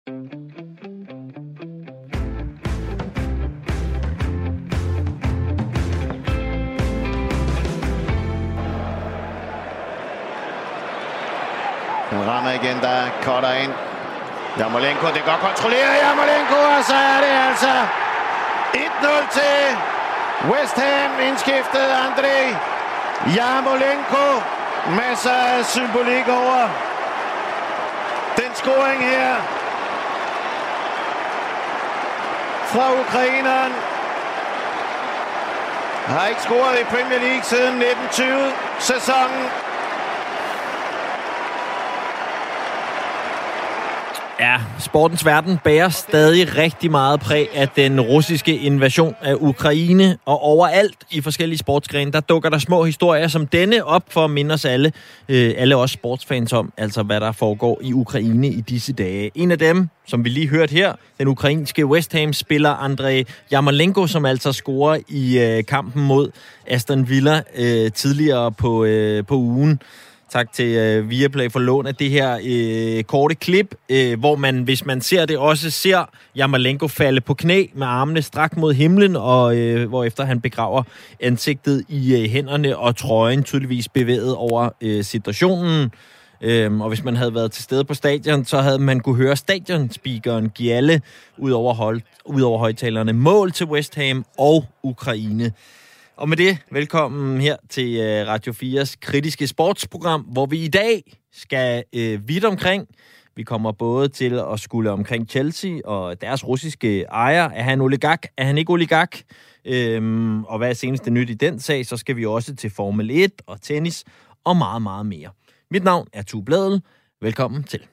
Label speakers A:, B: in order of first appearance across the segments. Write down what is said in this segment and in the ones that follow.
A: Han rammer igen, der cutter ind. Yarmolenko, det går kontrolleret Yarmolenko, og så er det altså 1-0 til West Ham, indskiftet Andrei Yarmolenko. Masser af symbolik over den scoring her fra ukraineren. Har ikke scoret i Premier League siden 1920-sæsonen.
B: Ja, sportens verden bærer stadig rigtig meget præg af den russiske invasion af Ukraine, og overalt i forskellige sportsgrene, der dukker der små historier som denne op for at minde os alle os sportsfans om, altså hvad der foregår i Ukraine i disse dage. En af dem, som vi lige hørte her, den ukrainske West Ham-spiller Andrei Yarmolenko, som altså scorer i kampen mod Aston Villa tidligere på ugen. Tak til Viaplay for lån af det her korte klip, hvor man, hvis man ser det, også ser Yarmolenko falde på knæ med armene strakt mod himlen, og hvorefter han begraver ansigtet i hænderne og trøjen tydeligvis bevæget over situationen. Og hvis man havde været til stede på stadion, så havde man kunne høre stadionspeakeren gjalde ud over højtalerne mål til West Ham og Ukraine. Og med det, velkommen her til Radio 4's kritiske sportsprogram, hvor vi i dag skal vidt omkring. Vi kommer både til at skulle omkring Chelsea og deres russiske ejer. Er han oligark? Er han ikke oligark? Og hvad er seneste nyt i den sag? Så skal vi også til Formel 1 og tennis og meget, meget mere. Mit navn er Tue Blædel. Velkommen til.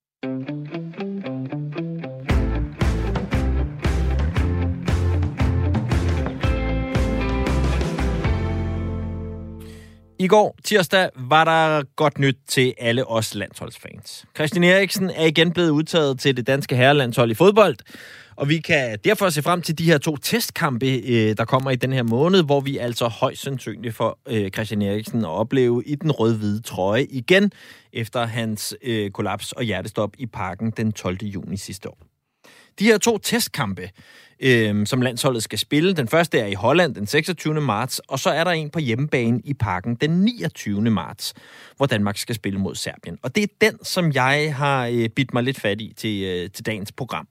B: I går, tirsdag, var der godt nyt til alle os landsholdsfans. Christian Eriksen er igen blevet udtaget til det danske herrelandshold i fodbold, og vi kan derfor se frem til de her 2 testkampe, der kommer i den her måned, hvor vi altså højst sandsynligt får Christian Eriksen at opleve i den rød-hvide trøje igen, efter hans kollaps og hjertestop i Parken den 12. juni sidste år. De her 2 testkampe, som landsholdet skal spille. Den første er i Holland den 26. marts, og så er der en på hjemmebane i Parken den 29. marts, hvor Danmark skal spille mod Serbien. Og det er den, som jeg har bidt mig lidt fat i til dagens program.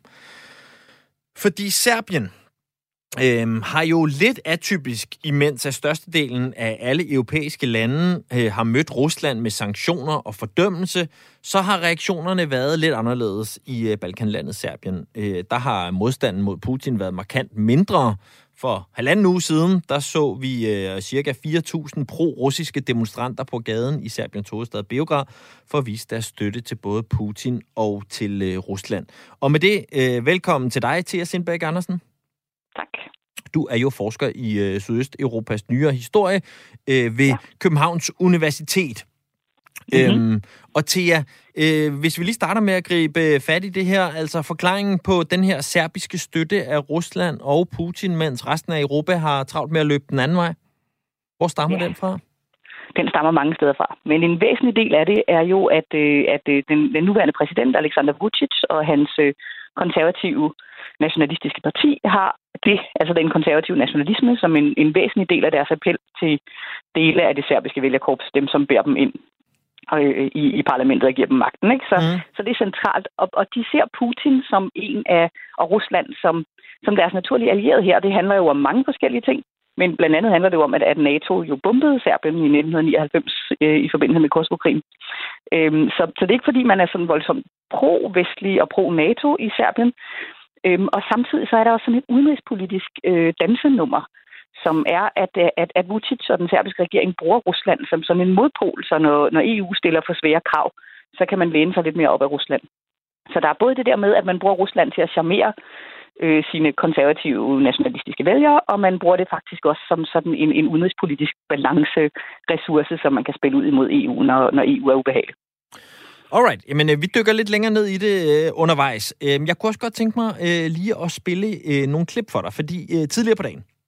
B: Fordi Serbien har jo lidt atypisk, imens at størstedelen af alle europæiske lande har mødt Rusland med sanktioner og fordømmelse, så har reaktionerne været lidt anderledes i Balkanlandet Serbien. Der har modstanden mod Putin været markant mindre. For 1,5 uge siden, der så vi cirka 4.000 pro-russiske demonstranter på gaden i Serbiens hovedstad Beograd for at vise deres støtte til både Putin og til Rusland. Og med det, velkommen til dig, Thea Sindbæk Andersen.
C: Tak.
B: Du er jo forsker i Sydøsteuropas nyere historie ved Københavns Universitet. Mm-hmm. Og Thea, hvis vi lige starter med at gribe fat i det her, altså forklaringen på den her serbiske støtte af Rusland og Putin, mens resten af Europa har travlt med at løbe den anden vej. Hvor stammer den fra?
C: Den stammer mange steder fra. Men en væsentlig del af det er jo, at den nuværende præsident, Aleksandar Vučić, og hans konservative nationalistiske parti har det, altså den konservative nationalisme, som en væsentlig del af deres appel til dele af det serbiske vælgerkorps, dem som bærer dem ind i parlamentet og giver dem magten. Ikke? Så det er centralt. Og de ser Putin som en af, og Rusland som deres naturlige allierede her. Det handler jo om mange forskellige ting, men blandt andet handler det jo om, at NATO jo bombede Serbien i 1999 i forbindelse med Kosovo-krigen. Så det er ikke fordi, man er sådan voldsomt pro-vestlig og pro-NATO i Serbien. Og samtidig så er der også sådan et udenrigspolitisk dansenummer, som er, at Vučić og den serbiske regering bruger Rusland som sådan en modpol, så når EU stiller for svære krav, så kan man læne sig lidt mere op af Rusland. Så der er både det der med, at man bruger Rusland til at charmere sine konservative nationalistiske vælgere, og man bruger det faktisk også som sådan en udenrigspolitisk balanceressource, som man kan spille ud imod EU, når EU er ubehagelig.
B: Alright, jamen vi dykker lidt længere ned i det undervejs. Jeg kunne også godt tænke mig lige at spille nogle klip for dig, fordi tidligere på dagen,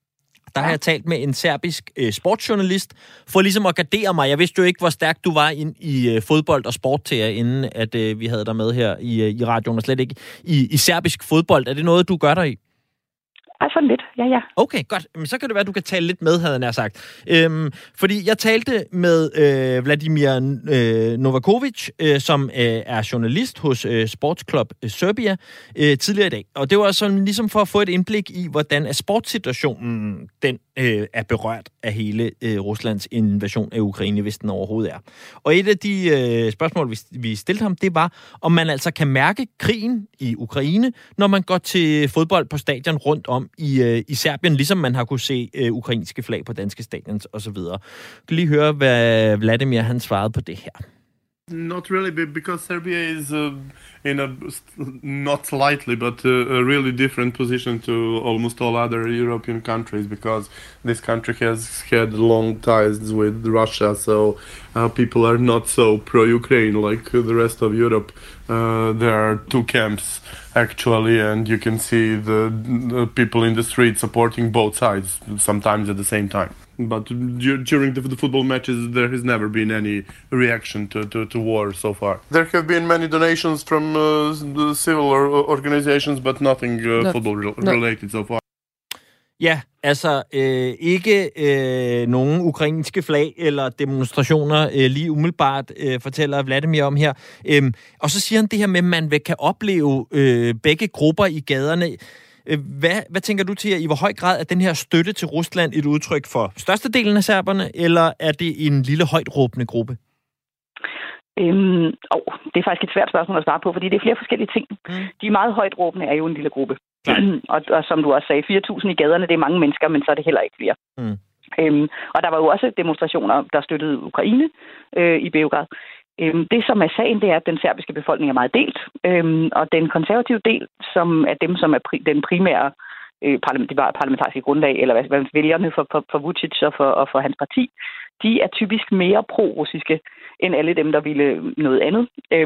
B: Der har jeg talt med en serbisk sportsjournalist, for ligesom at gardere mig. Jeg vidste jo ikke, hvor stærk du var ind i fodbold og sport til jer, inden at vi havde dig med her i radioen, og slet ikke i serbisk fodbold. Er det noget, du gør dig i?
C: Sådan lidt, ja.
B: Okay, godt. Men så kan det være, at du kan tale lidt med, havde jeg nær sagt. Fordi jeg talte med Vladimir Novakovic, som er journalist hos Sportsklub Serbia tidligere i dag. Og det var sådan ligesom for at få et indblik i, hvordan sportssituationen den er berørt af hele Ruslands invasion af Ukraine, hvis den overhovedet er. Og et af de spørgsmål, vi stillede ham, det var, om man altså kan mærke krigen i Ukraine, når man går til fodbold på stadion rundt om i Serbien, ligesom man har kunne se ukrainske flag på danske stadions osv. Du kan lige høre, hvad Vladimir han svarede på det her.
D: Not really, because Serbia is in a not slightly, but a really different position to almost all other European countries, because this country has had long ties with Russia, so people are not so pro-Ukraine like the rest of Europe. There are two camps, actually, and you can see the people in the street supporting both sides, sometimes at the same time. But during the football matches, there has never been any reaction to war so far. There have been many donations from the civil organizations, but nothing football-related so far.
B: Ja, altså ikke nogen ukrainske flag eller demonstrationer lige umiddelbart, fortæller Vladimir om her. Og så siger han det her med, at man kan opleve begge grupper i gaderne. Hvad tænker du til, i hvor høj grad er den her støtte til Rusland et udtryk for størstedelen af serberne, eller er det en lille højtråbende gruppe?
C: Det er faktisk et svært spørgsmål at svare på, fordi det er flere forskellige ting. De meget højtråbende er jo en lille gruppe. Og som du også sagde, 4.000 i gaderne, det er mange mennesker, men så er det heller ikke flere. Og der var jo også demonstrationer, der støttede Ukraine i Beograd. Det, som er sagen, det er, at den serbiske befolkning er meget delt. Og den konservative del, som er dem, som er den primære parlamentariske grundlag, eller hvad vælgerne for Vučić og for hans parti, de er typisk mere pro-russiske end alle dem, der ville noget andet.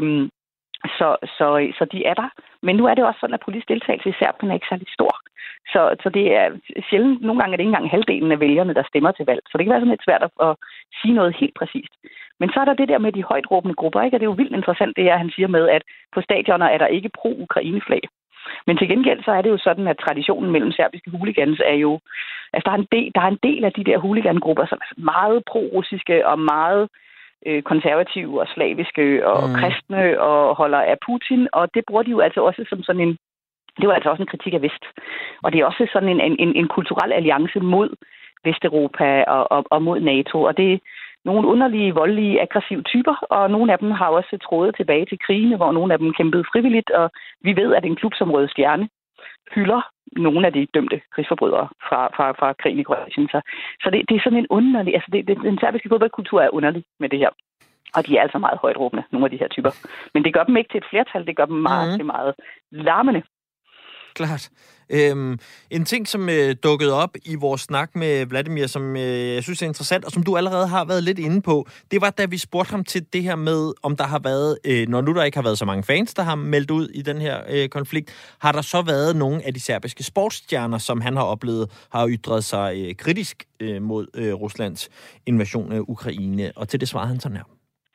C: Så de er der. Men nu er det også sådan, at politisk deltagelse i Serbien er ikke særlig stor. Så det er sjældent, nogle gange er det ikke engang halvdelen af vælgerne, der stemmer til valg. Så det kan være sådan lidt svært at sige noget helt præcist. Men så er der det der med de højtråbende grupper, ikke? Og det er jo vildt interessant, det er, han siger med, at på stadioner er der ikke pro-Ukraine-flag. Men til gengæld så er det jo sådan, at traditionen mellem serbiske hooligans er jo... Altså der er en del af de der hooligangrupper, som er meget pro-russiske og meget konservative og slaviske og kristne og holder af Putin. Og det bruger de jo altså også som sådan en... Det var altså også en kritik af Vest. Og det er også sådan en kulturel alliance mod Vesteuropa og mod NATO. Og det er nogle underlige, voldelige, aggressive typer, og nogle af dem har også trådet tilbage til krigene, hvor nogle af dem kæmpede frivilligt, og vi ved, at en klub som Røde Stjerne hylder nogle af de dømte krigsforbrydere fra krigen i Kroatien. Så det er sådan en underlig... Altså den serbiske fodboldkultur er underlig med det her. Og de er altså meget højtråbende, nogle af de her typer. Men det gør dem ikke til et flertal, det gør dem meget til meget larmende.
B: Klart. En ting, som dukkede op i vores snak med Vladimir, som jeg synes er interessant, og som du allerede har været lidt inde på, det var, da vi spurgte ham til det her med, om der har været, når nu der ikke har været så mange fans, der har meldt ud i den her konflikt, har der så været nogle af de serbiske sportsstjerner, som han har oplevet, har ytret sig kritisk mod Ruslands invasion af Ukraine, og til det svarede han sådan her.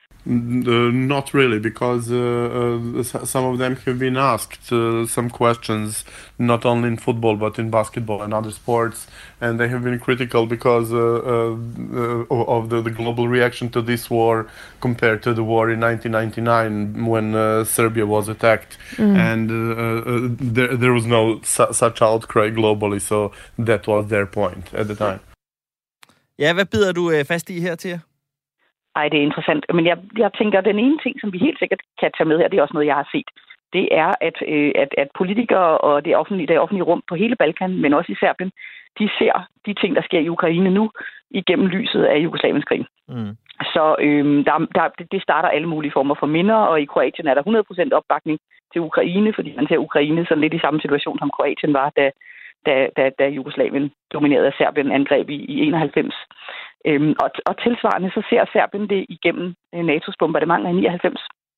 D: Not really, because some of them have been asked some questions, not only in football but in basketball and other sports, and they have been critical because of the global reaction to this war compared to the war in 1999 when Serbia was attacked, and there was no such outcry globally, so that was their point at the time.
B: Ja, hvad bider du fast i her til?
C: Ej, det er interessant. Men jeg tænker, at den ene ting, som vi helt sikkert kan tage med her, det er også noget, jeg har set. Det er, at politikere og det offentlige rum på hele Balkan, men også i Serbien, de ser de ting, der sker i Ukraine nu, igennem lyset af Jugoslavienskrigen. Så det starter alle mulige former for minder, og i Kroatien er der 100% opbakning til Ukraine, fordi man ser Ukraine sådan lidt i samme situation, som Kroatien var, da Jugoslavien dominerede af Serbien angreb i 91. Og tilsvarende så ser Serbien det igennem NATO's bombardementer i 99.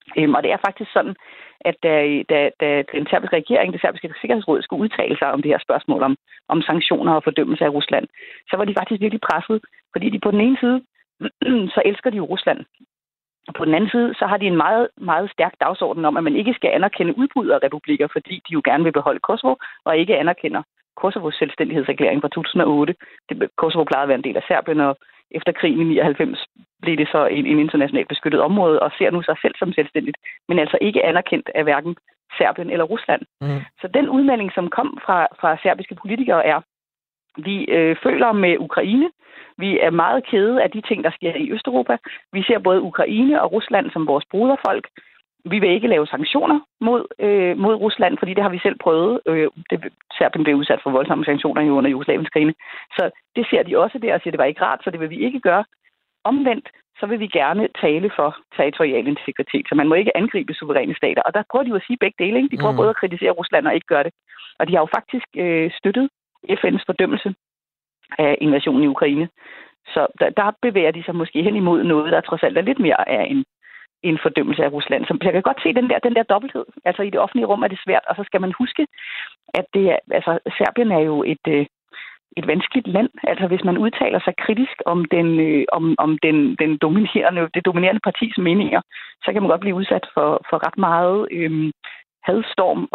C: Og det er faktisk sådan, at da den serbiske regering, det serbiske sikkerhedsråd, skulle udtale sig om det her spørgsmål om sanktioner og fordømmelse af Rusland, så var de faktisk virkelig presset, fordi de på den ene side, så elsker de jo Rusland. Og på den anden side, så har de en meget, meget stærk dagsorden om, at man ikke skal anerkende udbryderrepublikker, fordi de jo gerne vil beholde Kosovo, og ikke anerkender Kosovos selvstændighedserklæring fra 2008. Kosovo plejede at være en del af Serbien, og efter krigen i 99 blev det så en internationalt beskyttet område, og ser nu sig selv som selvstændigt, men altså ikke anerkendt af hverken Serbien eller Rusland. Mm. Så den udmelding, som kom fra serbiske politikere, er, vi føler med Ukraine. Vi er meget kede af de ting, der sker i Østeuropa. Vi ser både Ukraine og Rusland som vores broderfolk. Vi vil ikke lave sanktioner mod Rusland, fordi det har vi selv prøvet. Serbien blev udsat for voldsomme sanktioner under Jugoslaviens krige. Så det ser de også der og siger, det var ikke rart, så det vil vi ikke gøre. Omvendt, så vil vi gerne tale for territorial integritet, så man må ikke angribe suveræne stater. Og der prøver de jo at sige begge dele. Ikke? De prøver både at kritisere Rusland og ikke gøre det. Og de har jo faktisk støttet FN's fordømmelse af invasionen i Ukraine. Så der bevæger de sig måske hen imod noget, der trods alt er lidt mere af en fordømmelse af Rusland. Så jeg kan godt se den der dobbelthed. Altså i det offentlige rum er det svært, og så skal man huske, at Serbien er jo et vanskeligt land. Altså hvis man udtaler sig kritisk om det dominerende partis meninger, så kan man godt blive udsat for ret meget hadstorm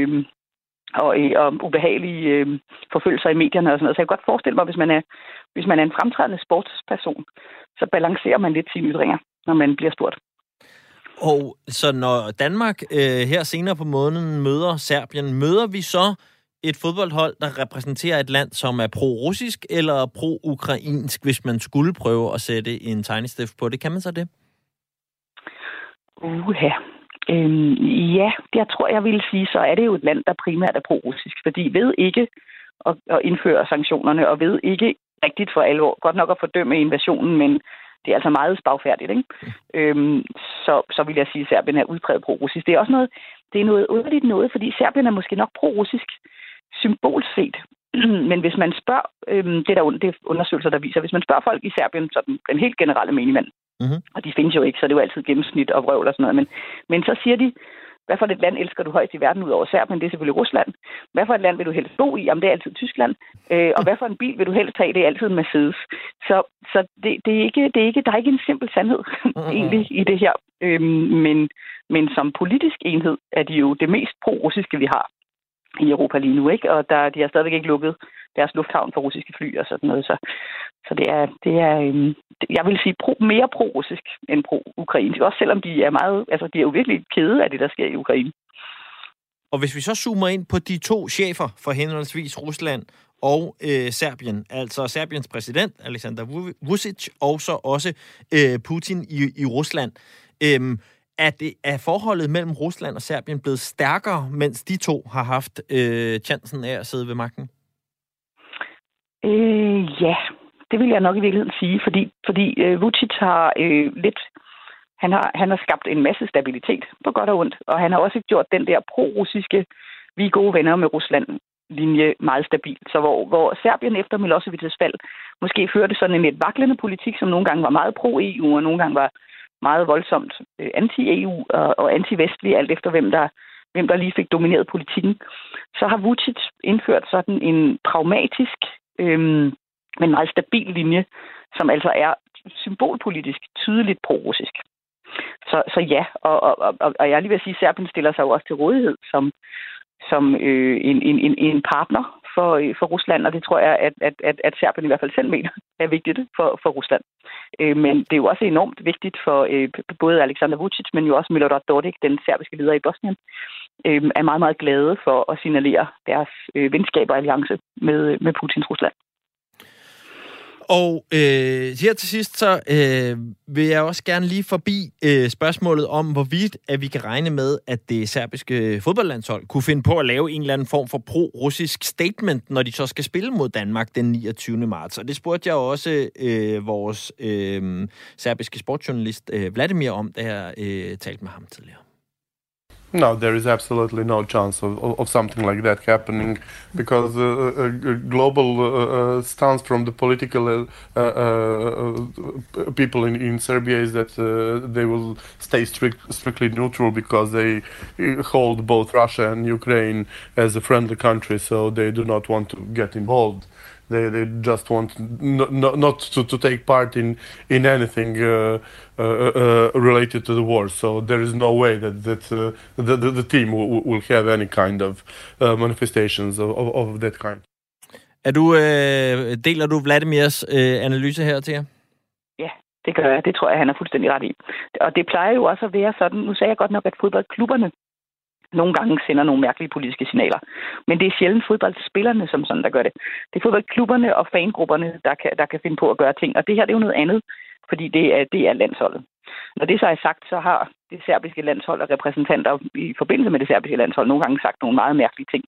C: og ubehagelige forfølgelser i medierne og sådan noget. Så jeg kan godt forestille mig, hvis man er en fremtrædende sportsperson, så balancerer man lidt sine ytringer, når man bliver spurgt.
B: Og så når Danmark her senere på måneden møder Serbien, møder vi så et fodboldhold, der repræsenterer et land, som er pro-russisk eller pro-ukrainsk, hvis man skulle prøve at sætte en tegnestift på det? Kan man så det? Ja, jeg tror, jeg vil sige, så er det jo et land, der primært er pro-russisk, fordi ved ikke at indføre sanktionerne, og ved ikke rigtigt for alvor, godt nok at fordømme invasionen, men det er altså meget spagfærdigt, ikke? Så vil jeg sige, at Serbien er udpræget pro-russisk. Det er noget underligt noget, fordi Serbien er måske nok pro-russisk symbolsk set. Men hvis man spørger, det er undersøgelser, der viser, hvis man spørger folk i Serbien, så den helt generelle menigmand, og de findes jo ikke, så det er jo altid gennemsnit og vrøvl og sådan noget, men så siger de, hvad for et land elsker du højst i verden ud over Serbien? Det er selvfølgelig Rusland. Hvad for et land vil du helst bo i? Jamen, det er altid Tyskland. Og hvad for en bil vil du helst tage? Det er altid en Mercedes. Så det er ikke, der er ikke en simpel sandhed egentlig i det her. Men som politisk enhed er de jo det mest pro-russiske, vi har i Europa lige nu, ikke? Og de har stadigvæk ikke lukket deres lufthavn for russiske fly og sådan noget. Så det er jeg vil sige mere pro-russisk end pro-ukrainsk. Også selvom de er meget, altså de er jo virkelig kede af det, der sker i Ukraine. Og hvis vi så zoomer ind på de to chefer for henholdsvis Rusland og Serbien, altså Serbiens præsident, Aleksandar Vučić, og så også Putin i Rusland, er forholdet mellem Rusland og Serbien blevet stærkere, mens de to har haft chancen af at sidde ved magten?
C: Ja, det vil jeg nok i virkeligheden sige, fordi Vučić har han har skabt en masse stabilitet på godt og ondt, og han har også gjort den der pro-russiske, vi er gode venner med Rusland-linje meget stabil. Så hvor Serbien efter Milosevic's fald måske førte sådan en lidt vaklende politik, som nogle gange var meget pro-EU, og nogle gange var meget voldsomt anti-EU og anti-vestlig, alt efter hvem der lige fik domineret politikken, så har Vučić indført sådan en pragmatisk, men meget stabil linje, som altså er symbolpolitisk tydeligt pro-russisk. Så ja, og jeg lige vil sige, at Serbien stiller sig jo også til rådighed som en partner for Rusland, og det tror jeg, at Serbien i hvert fald selv mener er vigtigt for Rusland. Men det er jo også enormt vigtigt for både Aleksandar Vučić, men jo også Milorad Dodik, den serbiske leder i Bosnien, er meget, meget glade for at signalere deres venskab og alliance med Putins Rusland.
B: Og her til sidst, så vil jeg også gerne lige forbi spørgsmålet om, hvorvidt at vi kan regne med, at det serbiske fodboldlandshold kunne finde på at lave en eller anden form for pro-russisk statement, når de så skal spille mod Danmark den 29. marts. Og det spurgte jeg også vores serbiske sportsjournalist Vladimir om, da jeg talte med ham tidligere.
D: No, there is absolutely no chance of something like that happening, because a global stance from the political people in Serbia is that they will stay strictly neutral, because they hold both Russia and Ukraine as a friendly country, so they do not want to get involved. They just want not to take part in anything related to the war. So there is no way that the team will have any kind of manifestations of that kind.
B: Deler du Vladimirs analyse her til jer?
C: Ja, det gør jeg. Det tror jeg, han er fuldstændig ret i. Og det plejer jo også at være sådan. Nu sagde jeg godt nok, at fodboldklubberne nogle gange sender nogle mærkelige politiske signaler. Men det er sjældent fodboldspillerne, som sådan, der gør det. Det er fodboldklubberne og fangrupperne, der kan finde på at gøre ting. Og det her, det er jo noget andet, fordi det er landsholdet. Når det så er sagt, så har det serbiske landshold og repræsentanter i forbindelse med det serbiske landshold nogle gange sagt nogle meget mærkelige ting.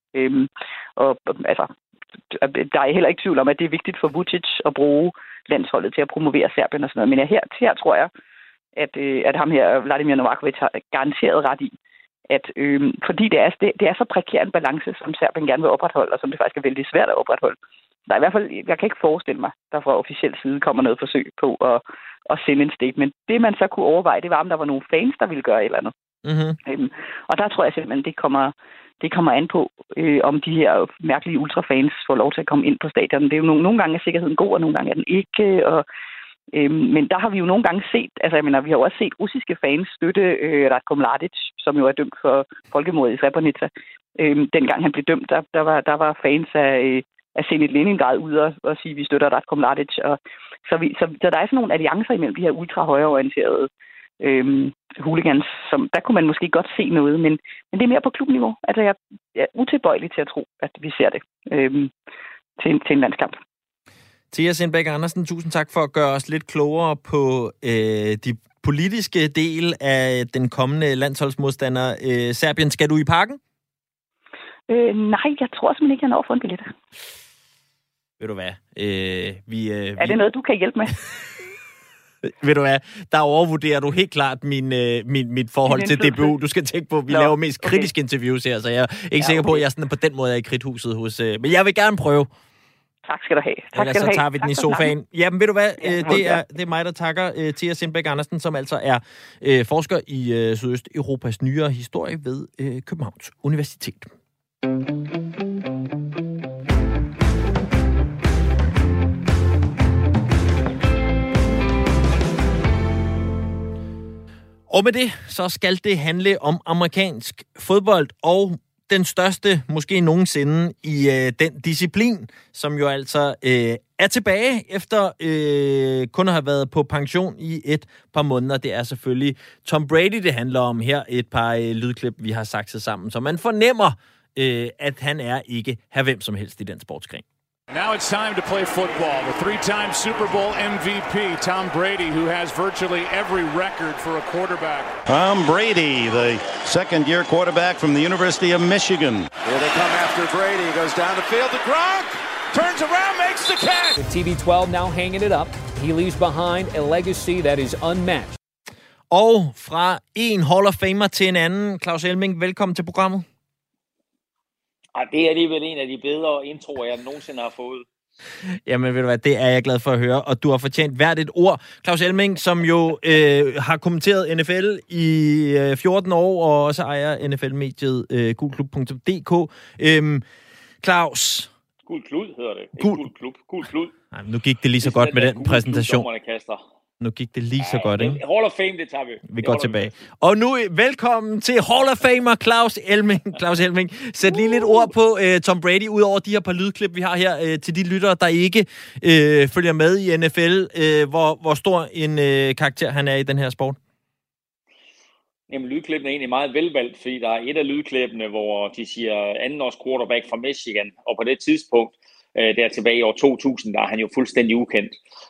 C: Der er heller ikke tvivl om, at det er vigtigt for Vučić at bruge landsholdet til at promovere Serbien og sådan noget. Men her tror jeg, at ham her, Vladimir Novaković, har garanteret ret i, at fordi det er så prekær en balance, som Serbien gerne vil opretholde, og som det faktisk er vældig svært at opretholde. Der er i hvert fald, jeg kan ikke forestille mig, der fra officiel side kommer noget forsøg på at sende en statement. Det man så kunne overveje, det var, om der var nogle fans, der ville gøre et eller andet. Mm-hmm. Og der tror jeg simpelthen, det kommer an på, om de her mærkelige ultrafans får lov til at komme ind på stadion. Det er jo nogle gange er sikkerheden god, og nogle gange er den ikke, men der har vi jo nogle gange set, vi har jo også set russiske fans støtte Ratko Mladić, som jo er dømt for folkemord i Srebrenica. Dengang han blev dømt, der var fans af Zenit Leningrad ude og sige, at vi støtter Ratko Mladić. Så der er sådan nogle alliancer imellem de her ultra-højreorienterede hooligans, som der kunne man måske godt se noget, men det er mere på klubniveau. Altså, jeg er utilbøjelig til at tro, at vi ser det til en landskamp.
B: Thea Sindbæk Andersen, tusind tak for at gøre os lidt klogere på de politiske del af den kommende landsholdsmodstander Serbien. Skal du i parken?
C: Nej, jeg tror simpelthen ikke, jeg når at få en billet.
B: Ved du hvad?
C: Er det noget, du kan hjælpe med?
B: Ved du hvad? Der overvurderer du helt klart mit forhold til DBU. Du skal tænke på, at vi laver mest kritiske interviews her, så jeg er ikke sikker på, at jeg sådan på den måde er i kridthuset hos... Men jeg vil gerne prøve.
C: Tak skal du have.
B: Ellers så tager vi den i sofaen. Jamen, ved du hvad? Det er mig, der takker Thea Sindbæk Andersen, som altså er forsker i Sydøsteuropas nyere historie ved Københavns Universitet. Og med det, så skal det handle om amerikansk fodbold og den største, måske nogensinde, i den disciplin, som jo altså er tilbage efter kun at have været på pension i et par måneder. Det er selvfølgelig Tom Brady, det handler om her. Et par lydklip, vi har sagt sammen, så man fornemmer, at han er ikke her hvem som helst i den sportsgren.
E: Now it's time to play football. The three-time Super Bowl MVP, Tom Brady, who has virtually every record for a quarterback.
F: Tom Brady, the second-year quarterback from the University of Michigan.
G: Here they come after Brady. He goes down the field to Gronk. Turns around, makes the catch.
H: With TB12 now hanging it up, he leaves behind a legacy that is unmatched.
B: Og fra en Hall of Famer til en anden, Claus Elming, velkommen til programmet.
I: Ej, det er alligevel en af de bedre introer, jeg nogensinde har fået.
B: Jamen, ved du hvad, det er jeg glad for at høre, og du har fortjent hvert et ord. Claus Elming, som jo har kommenteret NFL i 14 år, og også ejer NFL-mediet gulklub.dk. Claus...
I: Gul klud hedder det. Ikke gul klub. Gul klud.
B: Nej, nu gik det lige så godt med den præsentation. Nu gik det lige så godt, ikke?
I: Hall of Fame, det tager vi.
B: Vi går tilbage. Og nu velkommen til Hall of Famer Claus Elming. Claus Elming, sæt lige lidt ord på Tom Brady, ud over de her par lydklip, vi har her, til de lyttere, der ikke følger med i NFL. Hvor stor en karakter han er i den her sport?
I: Jamen, lydklippene er egentlig meget velvalgt, fordi der er et af lydklippene, hvor de siger andenårs quarterback fra Michigan, og på det tidspunkt, der tilbage i år 2000, der er han jo fuldstændig ukendt.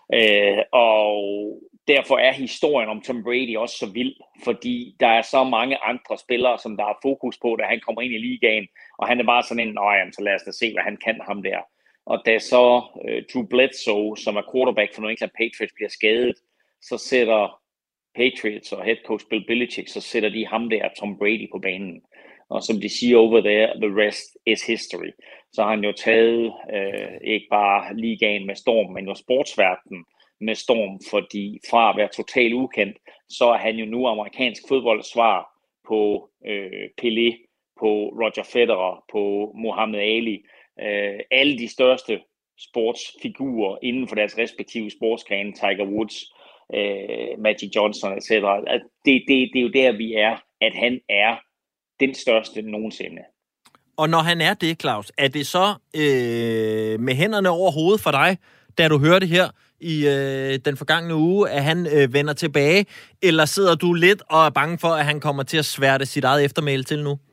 I: Og derfor er historien om Tom Brady også så vild, fordi der er så mange andre spillere, som der er fokus på, da han kommer ind i ligaen, og han er bare sådan en, så lad os da se, hvad han kan ham der. Og da så Drew Bledsoe, som er quarterback for New England Patriots, bliver skadet, så sætter Patriots og head coach Bill Belichick, så sætter de ham der, Tom Brady, på banen. og som de siger over there, the rest is history. Så har han jo taget ikke bare ligaen med storm, men jo sportsverdenen med storm, fordi fra at være totalt ukendt, så er han jo nu amerikansk fodbolds svar på Pelé, på Roger Federer, på Muhammad Ali, alle de største sportsfigurer inden for deres respektive sportsgrene, Tiger Woods, Magic Johnson, etc. Det er jo der, vi er, at han er den største nogensinde.
B: Og når han er det, Claus, er det så med hænderne over hovedet for dig, da du hørte her i den forgangne uge, at han vender tilbage, eller sidder du lidt og er bange for, at han kommer til at sværte sit eget eftermæle til nu?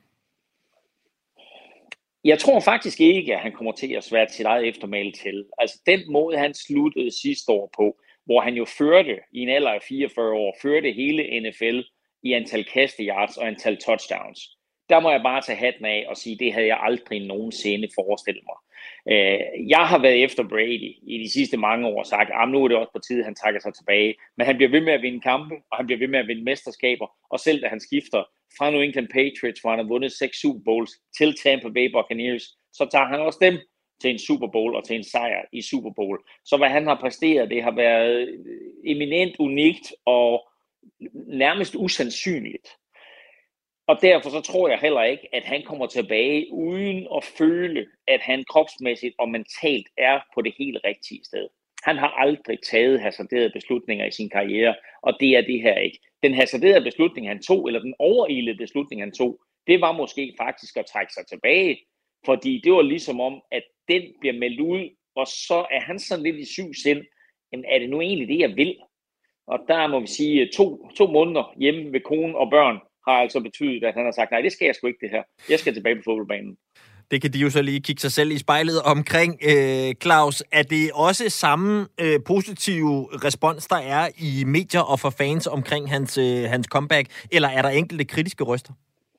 I: Jeg tror faktisk ikke, at han kommer til at sværte sit eget eftermæle til. Altså den måde, han sluttede sidste år på, hvor han jo førte i en alder af 44 år, førte hele NFL i antal kasteyards og antal touchdowns. Der må jeg bare tage hatten af og sige, det havde jeg aldrig nogensinde forestillet mig. Jeg har været efter Brady i de sidste mange år og sagt, at nu er det også på tide, han trækker sig tilbage. Men han bliver ved med at vinde kampe, og han bliver ved med at vinde mesterskaber. Og selv da han skifter fra New England Patriots, hvor han har vundet 6 Super Bowls, til Tampa Bay Buccaneers, så tager han også dem til en Super Bowl og til en sejr i Super Bowl. Så hvad han har præsteret, det har været eminent unikt og nærmest usandsynligt. Og derfor så tror jeg heller ikke, at han kommer tilbage uden at føle, at han kropsmæssigt og mentalt er på det helt rigtige sted. Han har aldrig taget hasarderede beslutninger i sin karriere, og det er det her ikke. Den hasarderede beslutning, han tog, eller den overilede beslutning, han tog, det var måske faktisk at trække sig tilbage, fordi det var ligesom om, at den bliver meldt ud, og så er han sådan lidt i syg sind. Jamen, er det nu egentlig det, jeg vil? Og der må vi sige, 2 måneder hjemme ved kone og børn, har altså betydet, at han har sagt, nej, det skal jeg sgu ikke det her. Jeg skal tilbage på fodboldbanen.
B: Det kan de jo så lige kigge sig selv i spejlet omkring. Claus, er det også samme positive respons, der er i medier og for fans omkring hans comeback, eller er der enkelte kritiske røster?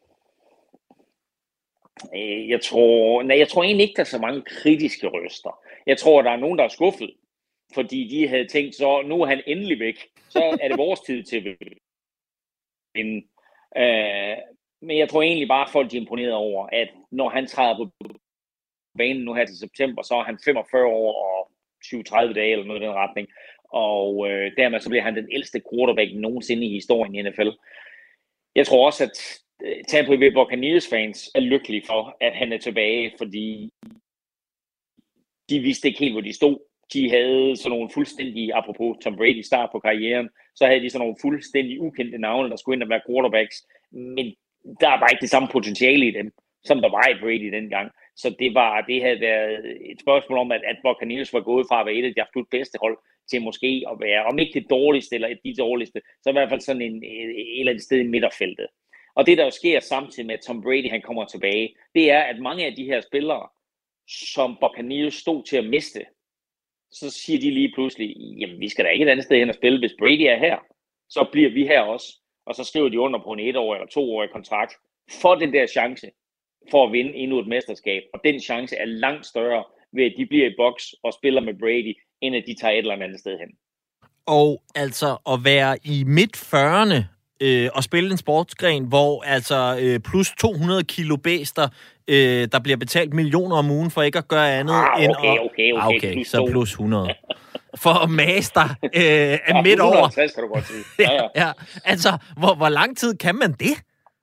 I: Jeg tror egentlig ikke, der er så mange kritiske røster. Jeg tror, der er nogen, der er skuffet, fordi de havde tænkt, så nu er han endelig væk. Så er det vores tid til at vinde. Men jeg tror egentlig bare, at folk er imponeret over, at når han træder på banen nu her til september, så er han 45 år og 20-30 dage eller noget i den retning. Og dermed så bliver han den ældste quarterback nogensinde i historien i NFL. Jeg tror også, at Tampa Bay Buccaneers fans er lykkelige for, at han er tilbage, fordi de vidste ikke helt, hvor de stod. De havde sådan nogle fuldstændig, apropos Tom Brady start på karrieren, så havde de sådan nogle fuldstændig ukendte navne, der skulle ind og være quarterbacks. Men der var ikke det samme potentiale i dem, som der var i Brady dengang. Så det havde været et spørgsmål om, at Buccaneers var gået fra at være et af de absolut bedste hold, til måske at være, om ikke det dårligste, eller de dårligste, så i hvert fald sådan et eller andet sted i midterfeltet. Og det, der jo sker samtidig med, at Tom Brady han kommer tilbage, det er, at mange af de her spillere, som Buccaneers stod til at miste, så siger de lige pludselig, jamen vi skal da ikke et andet sted hen og spille, hvis Brady er her, så bliver vi her også. Og så skriver de under på en 1-årig eller 2-årig kontrakt for den der chance for at vinde endnu et mesterskab. Og den chance er langt større ved, at de bliver i boks og spiller med Brady, end at de tager et eller andet sted hen.
B: Og altså at være i midt-40'erne og spille en sportsgren, hvor altså plus 200 kilo bæster, der bliver betalt millioner om ugen for ikke at gøre andet end
I: okay,
B: plus så plus 100. For at mase dig midt over.
I: 150 kan du godt sige.
B: Ja. Altså, hvor lang tid kan man det?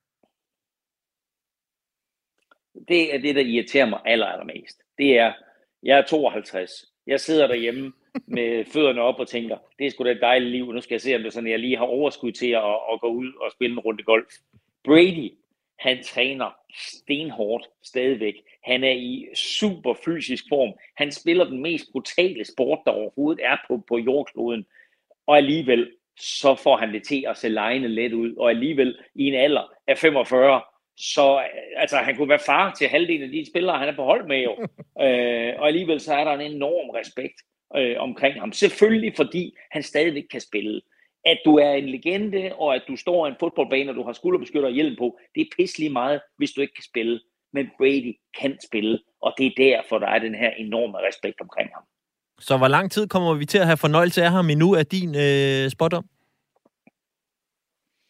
I: Det er det, der irriterer mig allermest. Det er, jeg er 52. Jeg sidder derhjemme med fødderne op og tænker, det er sgu da et dejligt liv. Nu skal jeg se, om det er sådan, jeg lige har overskud til at gå ud og spille en runde golf. Brady, han træner stenhårdt stadigvæk. Han er i super fysisk form. Han spiller den mest brutale sport, der overhovedet er på jordkloden. Og alligevel, så får han det til at se lejende let ud. Og alligevel, i en alder af 45, så altså, han kunne være far til halvdelen af de spillere, han er på hold med jo. Og alligevel, så er der en enorm respekt omkring ham. Selvfølgelig, fordi han stadigvæk kan spille. At du er en legende, og at du står i en fodboldbane, og du har skulderbeskytter og hjelm på, det er pisselig meget, hvis du ikke kan spille. Men Brady kan spille, og det er derfor, der er den her enorme respekt omkring ham.
B: Så hvor lang tid kommer vi til at have fornøjelse af ham endnu af din spot om?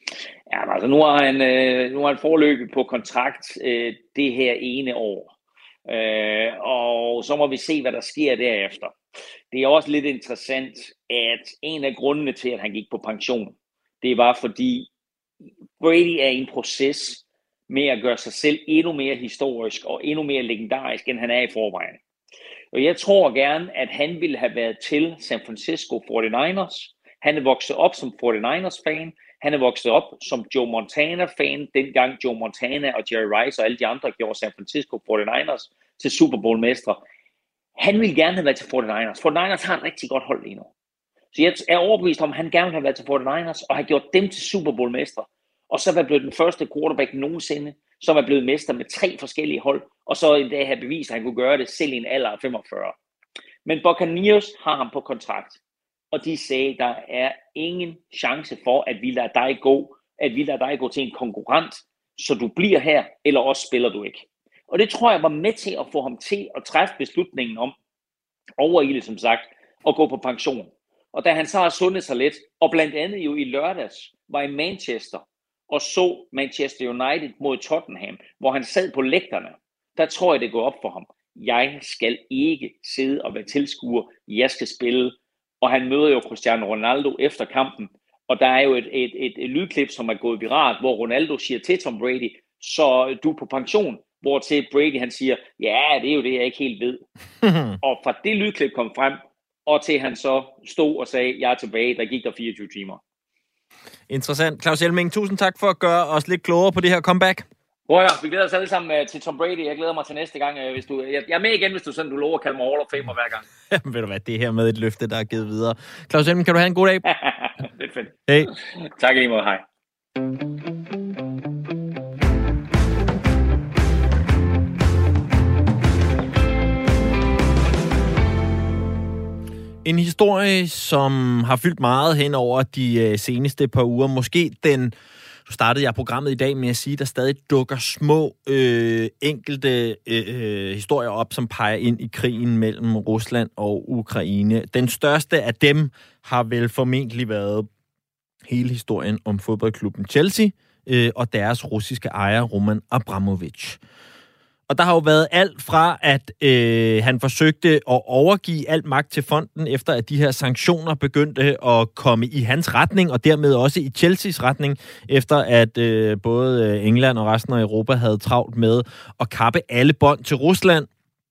I: Ja, altså nu har han forløbet på kontrakt det her ene år. Og så må vi se, hvad der sker derefter. Det er også lidt interessant, at en af grundene til, at han gik på pension, det var fordi Brady er i en proces med at gøre sig selv endnu mere historisk og endnu mere legendarisk, end han er i forvejen. Og jeg tror gerne, at han ville have været til San Francisco 49ers. Han er vokset op som 49ers-fan. Han er vokset op som Joe Montana-fan, dengang Joe Montana og Jerry Rice og alle de andre gjorde San Francisco 49ers til Super Bowl-mestre. Han ville gerne have været til 49ers. 49ers har et rigtig godt hold lige nu. Så jeg er overbevist om, at han gerne vil have været til 49ers og have gjort dem til Super Bowl-mestre. Og så var blevet den første quarterback nogensinde, som er blevet mester med 3 forskellige hold, og så en dag have bevist, at han kunne gøre det selv i en alder af 45. Men Buccaneers har ham på kontrakt, og de sagde, der er ingen chance for, at vi lader dig gå til en konkurrent, så du bliver her, eller også spiller du ikke. Og det tror jeg var med til at få ham til at træffe beslutningen om, over i det som sagt, at gå på pension. Og da han så har sundet sig lidt, og blandt andet jo i lørdags var i Manchester, og så Manchester United mod Tottenham, hvor han sad på lægterne, der tror jeg, det går op for ham. Jeg skal ikke sidde og være tilskuer, jeg skal spille. Og han møder jo Cristiano Ronaldo efter kampen, og der er jo et lydklip, som er gået viralt, hvor Ronaldo siger til Tom Brady, så du er på pension, hvor til Brady han siger, ja, det er jo det, jeg ikke helt ved. Og fra det lydklip kom frem, og til han så stod og sagde, jeg er tilbage, der gik der 24 timer.
B: Interessant. Claus Elming, tusind tak for at gøre os lidt klogere på det her comeback.
I: Vi glæder os alle sammen til Tom Brady. Jeg glæder mig til næste gang. Jeg er med igen, hvis du lover at kalde mig Hall of Famer hver gang.
B: Jamen, ved du hvad, det her med et løfte, der er givet videre. Claus Elming, kan du have en god dag?
I: Det er fedt.
B: Hej.
I: Tak lige måde. Hej.
B: En historie, som har fyldt meget hen over de seneste par uger. Måske nu startede jeg programmet i dag med at sige, at der stadig dukker små enkelte historier op, som peger ind i krigen mellem Rusland og Ukraine. Den største af dem har vel formentlig været hele historien om fodboldklubben Chelsea og deres russiske ejer Roman Abramovich. Og der har jo været alt fra, at han forsøgte at overgive alt magt til fonden, efter at de her sanktioner begyndte at komme i hans retning, og dermed også i Chelseas retning, efter at både England og resten af Europa havde travlt med at kappe alle bånd til Rusland.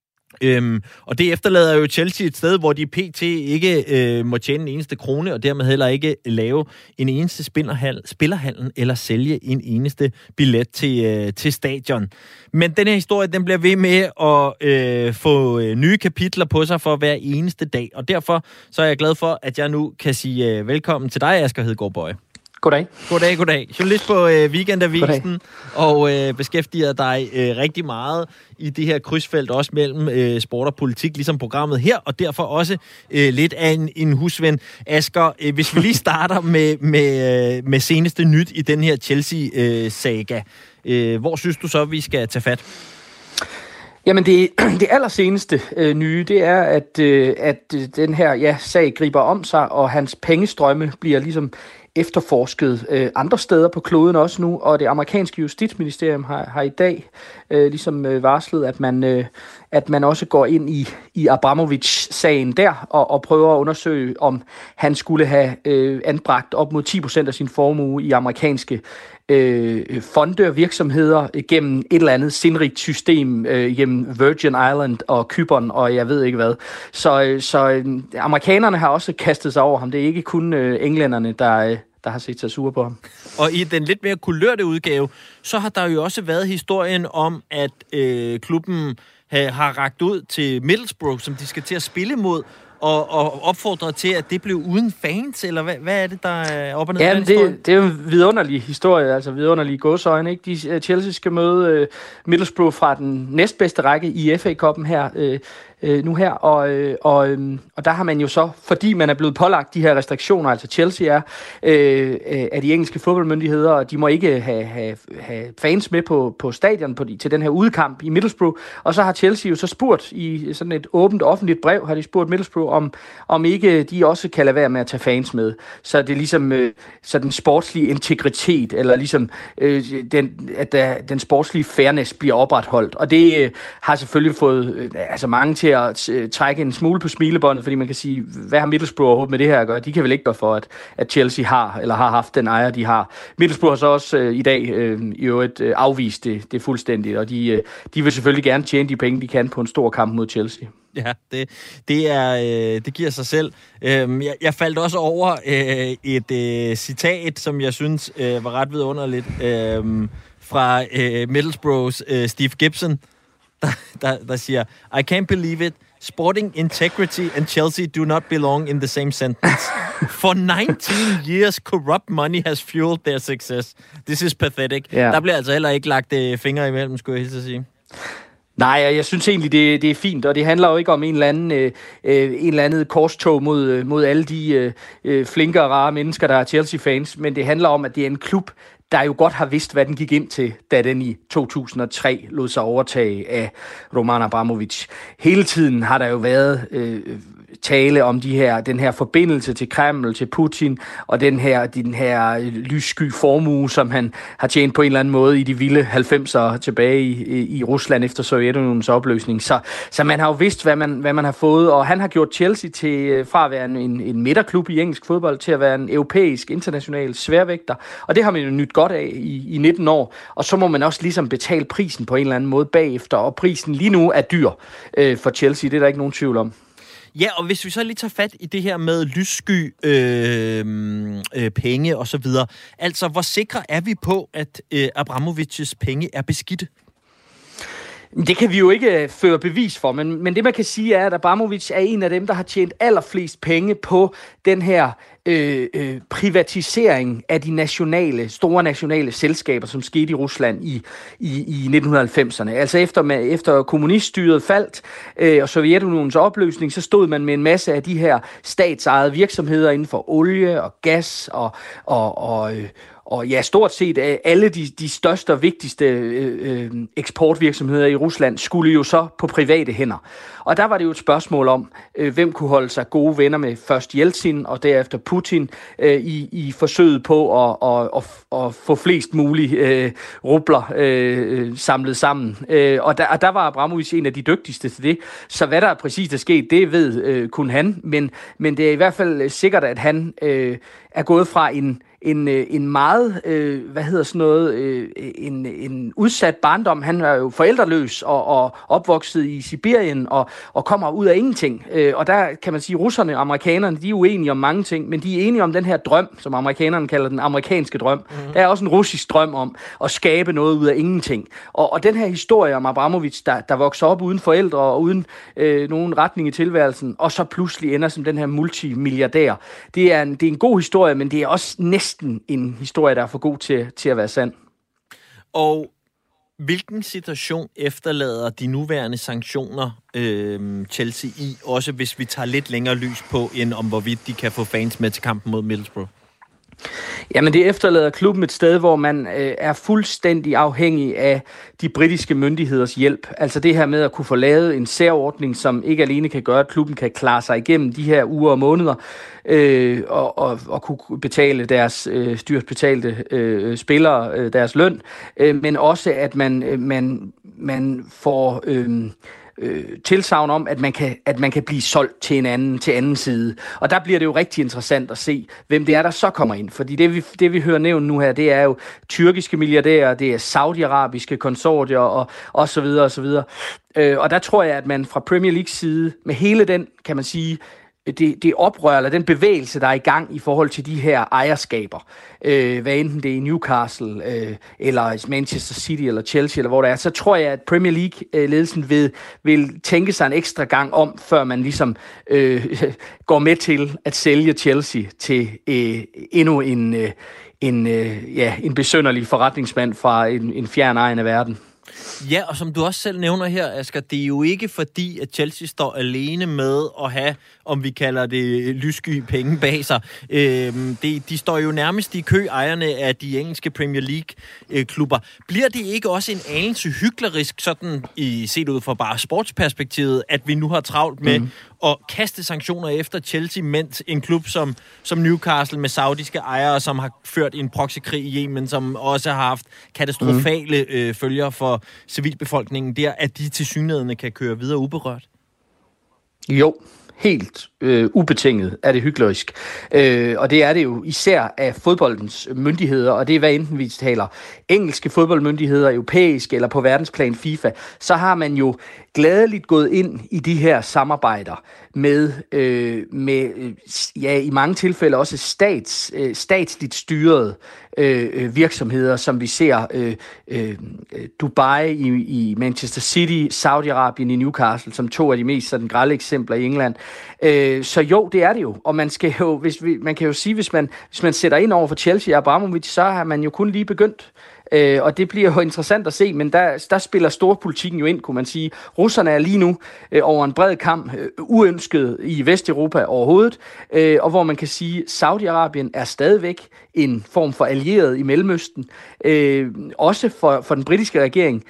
B: Og det efterlader jo Chelsea et sted, hvor de pt. Ikke må tjene en eneste krone, og dermed heller ikke lave en eneste spillerhandel eller sælge en eneste billet til stadion. Men den her historie, den bliver ved med at få nye kapitler på sig for hver eneste dag, og derfor så er jeg glad for, at jeg nu kan sige velkommen til dig, Asger Hedegaard Bøje.
J: Goddag.
B: Goddag. Journalist på Weekendavisen, og beskæftiger dig rigtig meget i det her krydsfelt, også mellem sport og politik, ligesom programmet her, og derfor også lidt af en husven. Asger, hvis vi lige starter med seneste nyt i den her Chelsea-saga, hvor synes du så, vi skal tage fat?
J: Jamen det allerseneste nye, det er, at den her sag griber om sig, og hans pengestrømme bliver ligesom efterforsket andre steder på kloden også nu, og det amerikanske justitsministerium har i dag ligesom varslet, at man også går ind i Abramovich-sagen der, og prøver at undersøge, om han skulle have anbragt op mod 10% af sin formue i amerikanske fonde og virksomheder gennem et eller andet sindrigt system gennem Virgin Island og Cypern og jeg ved ikke hvad. Så amerikanerne har også kastet sig over ham. Det er ikke kun englænderne, der har set sig sure på ham.
B: Og i den lidt mere kulørte udgave, så har der jo også været historien om, at klubben har rakt ud til Middlesbrough, som de skal til at spille mod, og opfordret til, at det blev uden fans, eller hvad er det, der er op og ned?
J: Ja, det er jo en vidunderlig historie, altså vidunderlige gåseøjne, ikke? Chelsea skal møde Middlesbrough fra den næstbedste række i FA-cuppen her nu her, og der har man jo så, fordi man er blevet pålagt de her restriktioner, altså Chelsea er af de engelske fodboldmyndigheder, og de må ikke have fans med på stadion til den her udekamp i Middlesbrough, og så har Chelsea jo så spurgt i sådan et åbent offentligt brev, har de spurgt Middlesbrough om ikke de også kan lade være med at tage fans med, så det er ligesom så den sportslige integritet, eller ligesom at den sportslige fairness bliver opretholdt, og det har selvfølgelig fået mange til at trække en smule på smilebåndet, fordi man kan sige, hvad har Middlesbrough overhovedet med det her at gøre? De kan vel ikke gøre for, at Chelsea har haft den ejer, de har. Middlesbrough har så også i dag i øvrigt afvist det fuldstændigt, og de vil selvfølgelig gerne tjene de penge, de kan på en stor kamp mod Chelsea.
B: Ja, det giver sig selv. Jeg faldt også over et citat, som jeg synes var ret vidunderligt, fra Middlesbroughs Steve Gibson, der siger, I can't believe it. Sporting integrity and Chelsea do not belong in the same sentence. For 19 years, corrupt money has fueled their success. This is pathetic. Yeah. Der bliver altså heller ikke lagt fingre imellem, skulle jeg hilse at sige.
J: Nej, jeg synes egentlig, det er fint, og det handler jo ikke om en eller anden korstog mod alle de flinke og rare mennesker, der er Chelsea-fans, men det handler om, at det er en klub, der jo godt har vidst, hvad den gik ind til, da den i 2003 lod sig overtage af Roman Abramovich. Hele tiden har der jo været tale om den her forbindelse til Kreml, til Putin, og den her lyssky formue, som han har tjent på en eller anden måde i de vilde 90'ere tilbage i Rusland efter Sovjetunionens opløsning. Så man har jo vidst, hvad man har fået, og han har gjort Chelsea til fra at være en midterklub i engelsk fodbold, til at være en europæisk, international sværvægter, og det har man jo nyt godt af i 19 år, og så må man også ligesom betale prisen på en eller anden måde bagefter, og prisen lige nu er dyr for Chelsea, det er der ikke nogen tvivl om.
B: Ja, og hvis vi så lige tager fat i det her med lyssky penge og så videre. Altså, hvor sikre er vi på, at Abramovich's penge er beskidte?
J: Det kan vi jo ikke føre bevis for, men det man kan sige er, at Abramovich er en af dem, der har tjent allerflest penge på den her privatisering af de store nationale selskaber, som skete i Rusland i 1990'erne. Altså efter kommuniststyret faldt og Sovjetunionens opløsning, så stod man med en masse af de her statsejede virksomheder inden for olie og gas og ja, stort set alle de største og vigtigste eksportvirksomheder i Rusland skulle jo så på private hænder. Og der var det jo et spørgsmål om, hvem kunne holde sig gode venner med først Yeltsin og derefter Putin i forsøget på at få flest mulige rubler samlet sammen. Og der var Abramovich en af de dygtigste til det. Så hvad der præcis er sket, det ved kun han. Men det er i hvert fald sikkert, at han er gået fra en meget, en udsat barndom. Han er jo forældreløs og opvokset i Sibirien og kommer ud af ingenting. Og der kan man sige, russerne og amerikanerne, de er uenige om mange ting, men de er enige om den her drøm, som amerikanerne kalder den amerikanske drøm. Mm-hmm. Der er også en russisk drøm om at skabe noget ud af ingenting. Og den her historie om Abramovich, der vokser op uden forældre og uden nogen retning i tilværelsen, og så pludselig ender som den her multimilliardær. Det er en god historie, men det er også næsten en historie, der er for god til at være sand.
B: Og hvilken situation efterlader de nuværende sanktioner Chelsea i, også hvis vi tager lidt længere lys på, end om hvorvidt de kan få fans med til kampen mod Middlesbrough?
J: Jamen det efterlader klubben et sted, hvor man er fuldstændig afhængig af de britiske myndigheders hjælp. Altså det her med at kunne få lavet en særordning, som ikke alene kan gøre, at klubben kan klare sig igennem de her uger og måneder, og kunne betale deres styrt betalte spillere deres løn, men også at man får tilsagn om, at man kan blive solgt til anden side. Og der bliver det jo rigtig interessant at se, hvem det er, der så kommer ind. Fordi det vi hører nævnt nu her, det er jo tyrkiske milliardærer, det er saudiarabiske konsortier og så videre og så videre. Og der tror jeg, at man fra Premier Leagues side, med hele den, kan man sige, det oprør, eller den bevægelse, der er i gang i forhold til de her ejerskaber, hvad enten det er i Newcastle, eller Manchester City, eller Chelsea, eller hvor det er, så tror jeg, at Premier League-ledelsen vil tænke sig en ekstra gang om, før man ligesom går med til at sælge Chelsea til endnu en besynderlig forretningsmand fra en fjern egen af verden.
B: Ja, og som du også selv nævner her, Asger, det er jo ikke fordi, at Chelsea står alene med at have, om vi kalder det lyssky penge bag sig. De står jo nærmest i kø, ejerne af de engelske Premier League-klubber. Bliver det ikke også en anelse hyklerisk, sådan set ud fra bare sportsperspektivet, at vi nu har travlt med at kaste sanktioner efter Chelsea, mens en klub som Newcastle med saudiske ejere, som har ført en proxykrig i Yemen, som også har haft katastrofale følger for civilbefolkningen der, at de tilsyneladende kan køre videre uberørt?
J: Jo, helt ubetinget er det hyklerisk. Og det er det jo især af fodboldens myndigheder, og det er hvad enten vi taler engelske fodboldmyndigheder, europæiske eller på verdensplan FIFA, så har man jo gladeligt gået ind i de her samarbejder med i mange tilfælde også statsligt styrede virksomheder, som vi ser Dubai i Manchester City, Saudi-Arabien i Newcastle, som to af de mest sådan grelle eksempler i England. Så jo, det er det jo. Og man skal jo, man kan jo sige, hvis man sætter ind over for Chelsea og Abramovich, så har man jo kun lige begyndt. Og det bliver jo interessant at se, men der spiller storpolitikken jo ind, kunne man sige. Russerne er lige nu over en bred kamp uønsket i Vesteuropa overhovedet, og hvor man kan sige, Saudi-Arabien er stadigvæk en form for allieret i Mellemøsten, også for den britiske regering.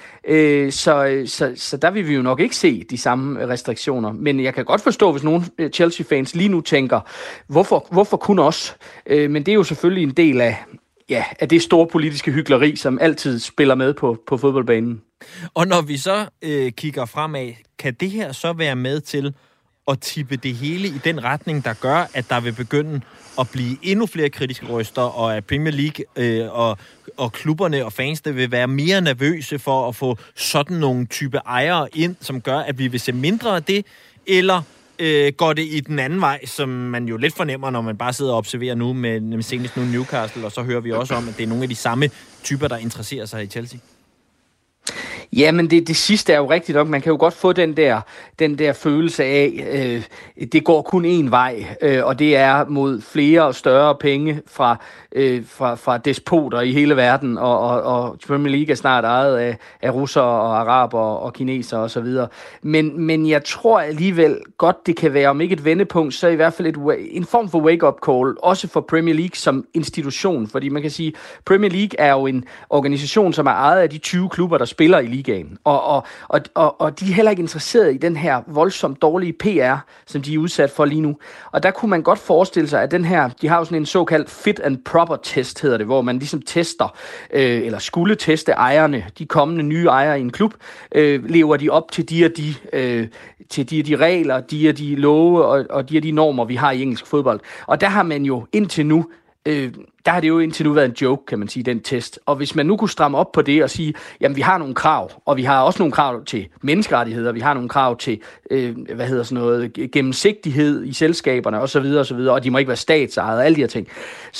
J: Så der vil vi jo nok ikke se de samme restriktioner. Men jeg kan godt forstå, hvis nogle Chelsea-fans lige nu tænker, hvorfor kun os? Men det er jo selvfølgelig en del af det store politiske hykleri, som altid spiller med på fodboldbanen.
B: Og når vi så kigger fremad, kan det her så være med til at tippe det hele i den retning, der gør, at der vil begynde at blive endnu flere kritiske røster, og at Premier League og klubberne og fansene vil være mere nervøse for at få sådan nogle type ejere ind, som gør, at vi vil se mindre af det, eller går det i den anden vej, som man jo lidt fornemmer, når man bare sidder og observerer nu med senest nu Newcastle, og så hører vi også om, at det er nogle af de samme typer, der interesserer sig i Chelsea.
J: Ja, men det sidste er jo rigtigt nok. Man kan jo godt få den der følelse af, det går kun én vej, og det er mod flere og større penge fra despoter i hele verden, og Premier League er snart ejet af russere og araber og kinesere osv. Men jeg tror alligevel godt, det kan være, om ikke et vendepunkt, så i hvert fald en form for wake-up call, også for Premier League som institution, fordi man kan sige, Premier League er jo en organisation, som er ejet af de 20 klubber, der spiller i ligaen, og de er heller ikke interesseret i den her voldsomt dårlige PR, som de er udsat for lige nu. Og der kunne man godt forestille sig, at den her, de har jo sådan en såkaldt fit and proper test, hedder det, hvor man ligesom tester, eller skulle teste ejerne, de kommende nye ejere i en klub, lever de op til de og de regler, de og de love og de og de normer, vi har i engelsk fodbold. Og der har man jo indtil nu der har det jo indtil nu været en joke, kan man sige, den test. Og hvis man nu kunne stramme op på det og sige, jamen vi har nogle krav, og vi har også nogle krav til menneskerettigheder, vi har nogle krav til, gennemsigtighed i selskaberne osv., og de må ikke være statsejet og alle de her ting,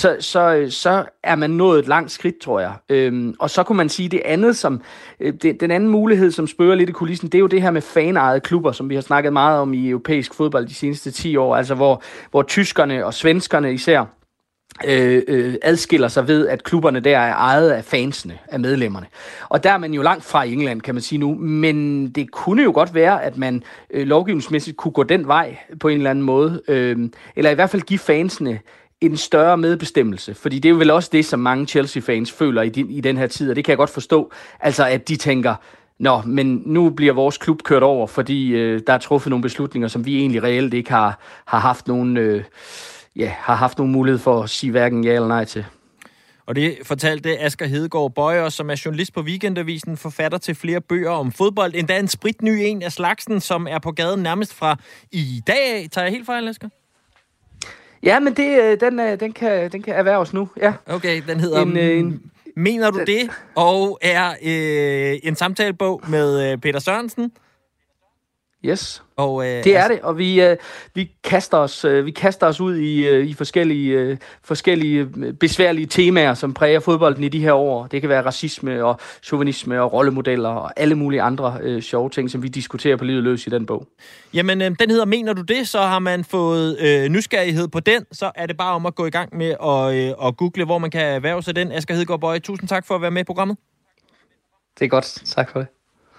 J: så er man nået et langt skridt, tror jeg. Og så kunne man sige, det andet, den anden mulighed, som spørger lidt i kulissen, det er jo det her med fanejede klubber, som vi har snakket meget om i europæisk fodbold de seneste 10 år, altså hvor tyskerne og svenskerne især adskiller sig ved, at klubberne der er ejet af fansene, af medlemmerne. Og der er man jo langt fra i England, kan man sige nu, men det kunne jo godt være, at man lovgivningsmæssigt kunne gå den vej på en eller anden måde, eller i hvert fald give fansene en større medbestemmelse, fordi det er jo vel også det, som mange Chelsea-fans føler i den her tid, og det kan jeg godt forstå, altså at de tænker, nå, men nu bliver vores klub kørt over, fordi der er truffet nogle beslutninger, som vi egentlig reelt ikke har haft nogen har haft nogle mulighed for at sige hverken ja eller nej til.
B: Og det fortalte Asger Hedegaard Bøjer, som er journalist på Weekendavisen, forfatter til flere bøger om fodbold. Endda en spritny en af slagsen, som er på gaden nærmest fra i dag. Tager jeg helt fejl, Asger?
J: Ja, men den kan erhverves nu, ja.
B: Okay, den hedder Mener du det? Og er en samtalebog med Peter Sørensen.
J: Yes, og, det er det, og vi kaster os ud i forskellige besværlige temaer, som præger fodbolden i de her år. Det kan være racisme og chauvinisme og rollemodeller og alle mulige andre sjove ting, som vi diskuterer på livet løs i den bog.
B: Jamen, den hedder Mener du det? Så har man fået nysgerrighed på den, så er det bare om at gå i gang med at google, hvor man kan erhverve sig den. Asger Hedegaard Bøje, tusind tak for at være med i programmet.
J: Det er godt. Tak for det.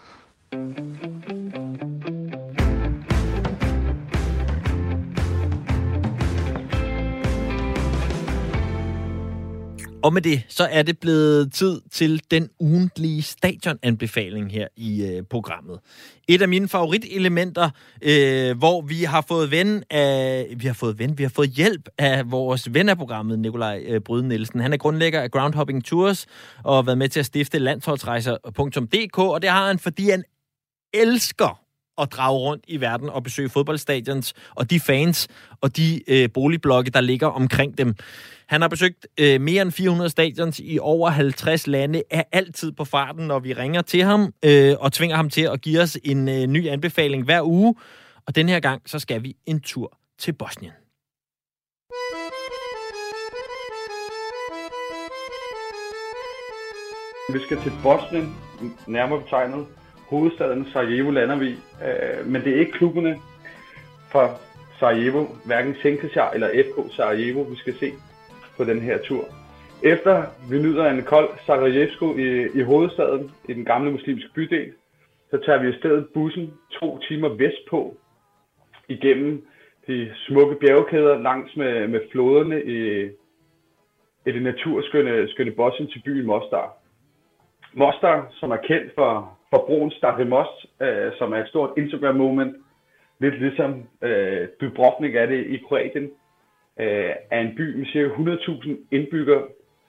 B: Og med det, så er det blevet tid til den ugentlige stadionanbefaling her i programmet. Et af mine favoritelementer, hvor vi har fået hjælp af vores ven af programmet, Nikolaj Bryde Nielsen. Han er grundlægger af Groundhopping Tours og har været med til at stifte landsholdsrejser.dk, og det har han, fordi han elsker at drage rundt i verden og besøge fodboldstadions og de fans og de boligblokke, der ligger omkring dem. Han har besøgt mere end 400 stadions i over 50 lande, er altid på farten, når vi ringer til ham og tvinger ham til at give os en ny anbefaling hver uge. Og den her gang, så skal vi en tur til Bosnien.
K: Vi skal til Bosnien, nærmere betegnet hovedstaden Sarajevo lander vi, men det er ikke klubberne fra Sarajevo, hverken Senkesjar eller FK Sarajevo, vi skal se på den her tur. Efter vi nyder en kold Sarajevsko i hovedstaden, i den gamle muslimske bydel, så tager vi i stedet bussen 2 timer vestpå, igennem de smukke bjergkæder langs med floderne i det naturskønne Bosnien til byen Mostar. Mostar, som er kendt for broen Stari Most, som er et stort Instagram-moment, lidt ligesom Dubrovnik er det i Kroatien, er en by med ca. 100.000 indbyggere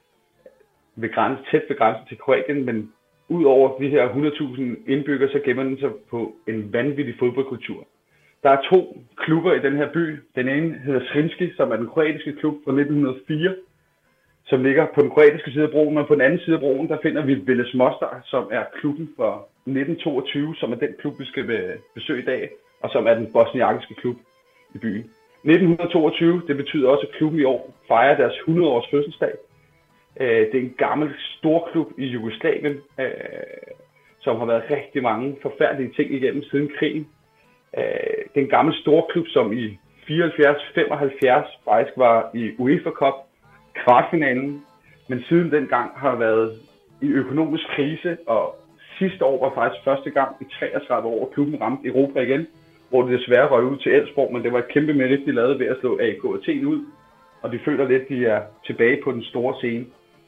K: tæt ved grænsen til Kroatien, men ud over de her 100.000 indbyggere, så gemmer den sig på en vanvittig fodboldkultur. Der er 2 klubber i den her by. Den ene hedder Srinski, som er den kroatiske klub fra 1904, som ligger på den kroatiske side af broen, men på den anden side af broen, der finder vi Velez Mostar, som er klubben fra 1922, som er den klub, vi skal besøge i dag, og som er den bosniakiske klub i byen. 1922, det betyder også, at klubben i år fejrer deres 100-års fødselsdag. Det er en gammel storklub i Jugoslavien, som har været rigtig mange forfærdelige ting igennem siden krigen. Det er en gammel storklub, som i 74-75 faktisk var i UEFA Cup kvartfinalen, men siden dengang har været i økonomisk krise, og sidste år var faktisk første gang i 33 år, klubben ramte Europa igen, hvor det desværre røg ud til Elfsborg, men det var et kæmpe merit, de lavede ved at slå AEK Athen ud, og de føler lidt, at de er tilbage på den store scene.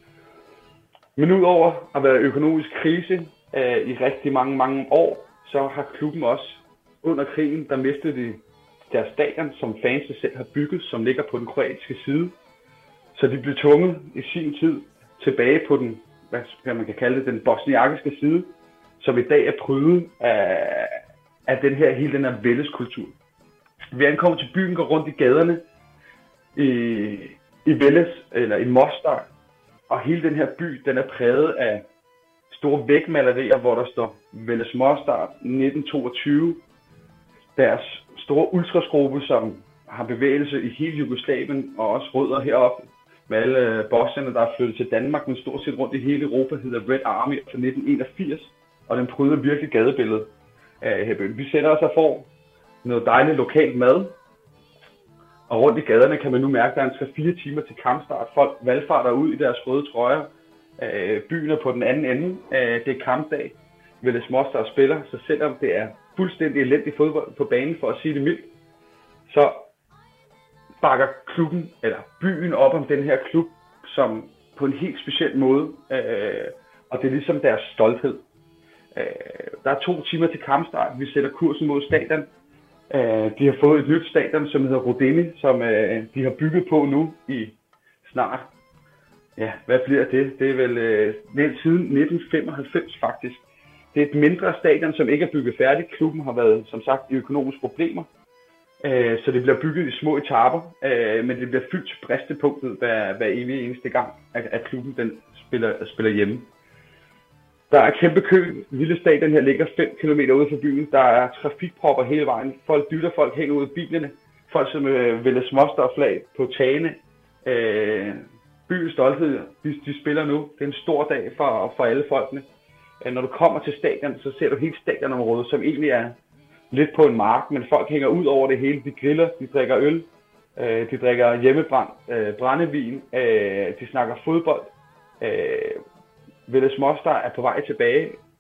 K: Men udover at være økonomisk krise i rigtig mange år, så har klubben også under krigen, der mistede de deres stadion, som fans selv har bygget, som ligger på den kroatiske side. Så de blev tvunget i sin tid tilbage på den, hvad man kan kalde det, den bosniakiske side, som i dag er prydet af hele den her Velez-kultur. Vi ankommer til byen, går rundt i gaderne i Velez, eller i Mostar, og hele den her by, den er præget af store vægmalerier, hvor der står Velez Mostar 1922, deres store ultrasgruppe, som har bevægelse i hele Jugoslavien, og også rødder heroppe med alle bosnierne, der er flyttet til Danmark, men stort set rundt i hele Europa, hedder Red Army fra 1981, og den pryder virkelig gadebilledet her i byen. Vi sætter os og får noget dejligt lokalt mad, og rundt i gaderne kan man nu mærke, at der er 3-4 timer til kampstart. Folk valgfarter ud i deres røde trøjer. Byen er på den anden ende. Det er kampdag. Velez Mostar spiller, så selvom det er fuldstændig elendig fodbold på banen, for at sige det mildt, så bakker klubben, eller byen op om den her klub, som på en helt speciel måde, og det er ligesom deres stolthed. Der er 2 timer til kampstart. Vi sætter kursen mod stadion. De har fået et nyt stadion, som hedder Rodini, som de har bygget på nu i snart. Ja, hvad bliver det? Det er vel siden 1995 faktisk. Det er et mindre stadion, som ikke er bygget færdigt. Klubben har været, som sagt, i økonomiske problemer. Så det bliver bygget i små etaper, men det bliver fyldt til bristepunktet hver evig eneste gang, at klubben den spiller hjemme. Der er kæmpe kø. Lille stadion her ligger 5 km ude fra byen. Der er trafikpropper hele vejen. Folk dytter, folk hænger ud af bilerne. Folk som Velez Mostar flag på tagene. Byens stolthed, de spiller nu. Det er en stor dag for alle folkene. Når du kommer til stadion, så ser du hele stadionområdet, som egentlig er lidt på en mark, men folk hænger ud over det hele. De griller, de drikker øl, de drikker hjemmebrændt brændevin, de snakker fodbold. Velez Mostar er på vej tilbage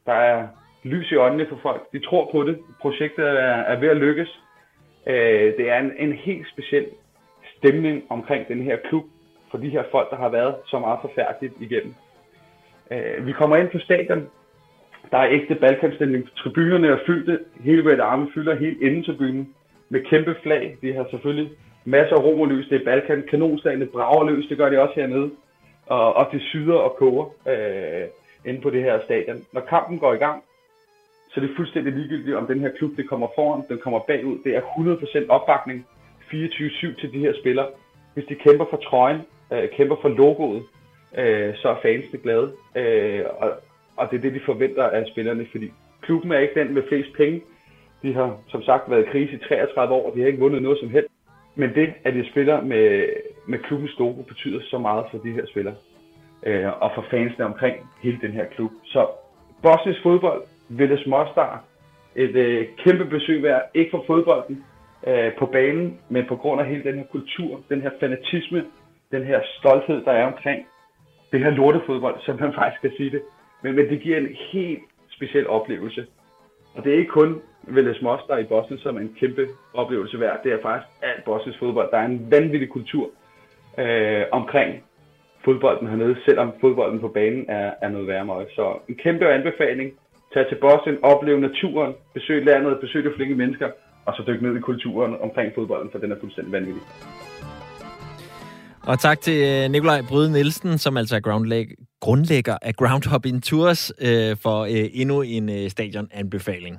K: Der er lys i øjnene for folk. De tror på det. Projektet er ved at lykkes. Det er en helt speciel stemning omkring den her klub for de her folk, der har været så meget forfærdeligt igennem. Vi kommer ind på stadion. Der er ægte balkanstemning. Tribunerne er fyldte. Hele Red Army fylder helt inden tribunen med kæmpe flag. De har selvfølgelig masser af romerlys. Det er Balkan. Kanonslagene brager løs. Det gør de også hernede. Og det syder og koger inde på det her stadion. Når kampen går i gang, så er det fuldstændig ligegyldigt, om den her klub det kommer foran, den kommer bagud. Det er 100% opbakning, 24/7 til de her spillere. Hvis de kæmper for trøjen, kæmper for logoet, så er fansene glade. Og det er det, de forventer af spillerne, fordi klubben er ikke den med flest penge. De har som sagt været i krise i 33 år, og de har ikke vundet noget som helst. Men det, at de spiller med klubbens logo, betyder så meget for de her spillere. Og for fansene omkring hele den her klub. Så Bosnisk fodbold, Vélez Mostar, et kæmpe besøg værd, ikke for fodbolden på banen, men på grund af hele den her kultur, den her fanatisme, den her stolthed, der er omkring det her lortefodbold, som man faktisk kan sige det. Men det giver en helt speciel oplevelse. Og det er ikke kun Vélez Mostar i Bosnien, som er en kæmpe oplevelse værd. Det er faktisk alt bosnisk fodbold. Der er en vanvittig kultur omkring fodbolden hernede, selvom fodbolden på banen er noget værre. Så en kæmpe anbefaling. Tag til Bosnien, opleve naturen, besøg landet, besøg de flinke mennesker, og så dyk ned i kulturen omkring fodbolden, for den er fuldstændig vanvittig.
B: Og tak til Nikolaj Bryde Nielsen, som altså er grundlægger af Groundhopping Tours, for endnu en stadionanbefaling.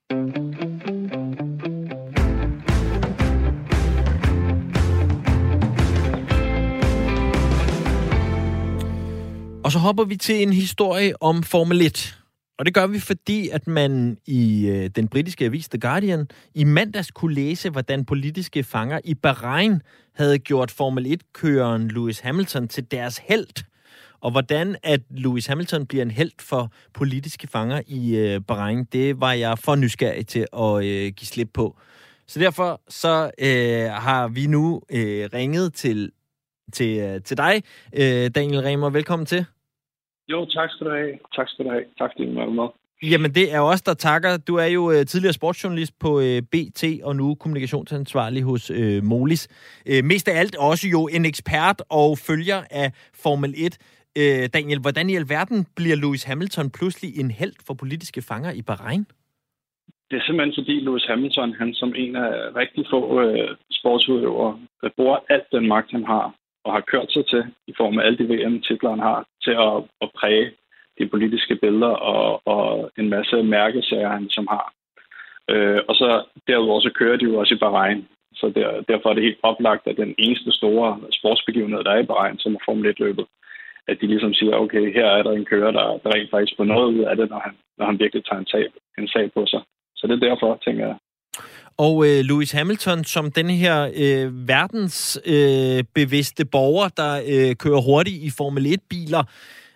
B: Og så hopper vi til en historie om Formel 1. Og det gør vi, fordi at man i den britiske avis The Guardian i mandags kunne læse, hvordan politiske fanger i Bahrain havde gjort Formel 1-køreren Lewis Hamilton til deres helt. Og hvordan at Lewis Hamilton bliver en helt for politiske fanger i Bahrain, det var jeg for nysgerrig til at give slip på. Så derfor så har vi nu ringet til dig, Daniel Remer. Velkommen til.
L: Jo, tak skal du have. Tak skal du have. Tak fordi du er med.
B: Jamen, det er os, der takker. Du er jo tidligere sportsjournalist på BT, og nu kommunikationsansvarlig hos Molis. Mest af alt også jo en ekspert og følger af Formel 1. Daniel, hvordan i alverden bliver Lewis Hamilton pludselig en helt for politiske fanger i Bahrain?
L: Det er simpelthen fordi Lewis Hamilton, han som en af rigtig få sportsudøvere, bruger alt den magt, han har, og har kørt sig til, i form af alle de VM-titler, han har, til at præge de politiske billeder og en masse mærkesager, han som har. Og så derudover så kører de jo også i Bahrain. Så derfor er det helt oplagt, at den eneste store sportsbegivenhed, der er i Bahrain, som er Formel 1-løbet, at de ligesom siger, okay, her er der en kører, der rent faktisk får noget ud af det, når han virkelig tager en sag på sig. Så det er derfor, tænker jeg.
B: Og Lewis Hamilton, som den her verdensbevidste borger, der kører hurtigt i Formel 1-biler,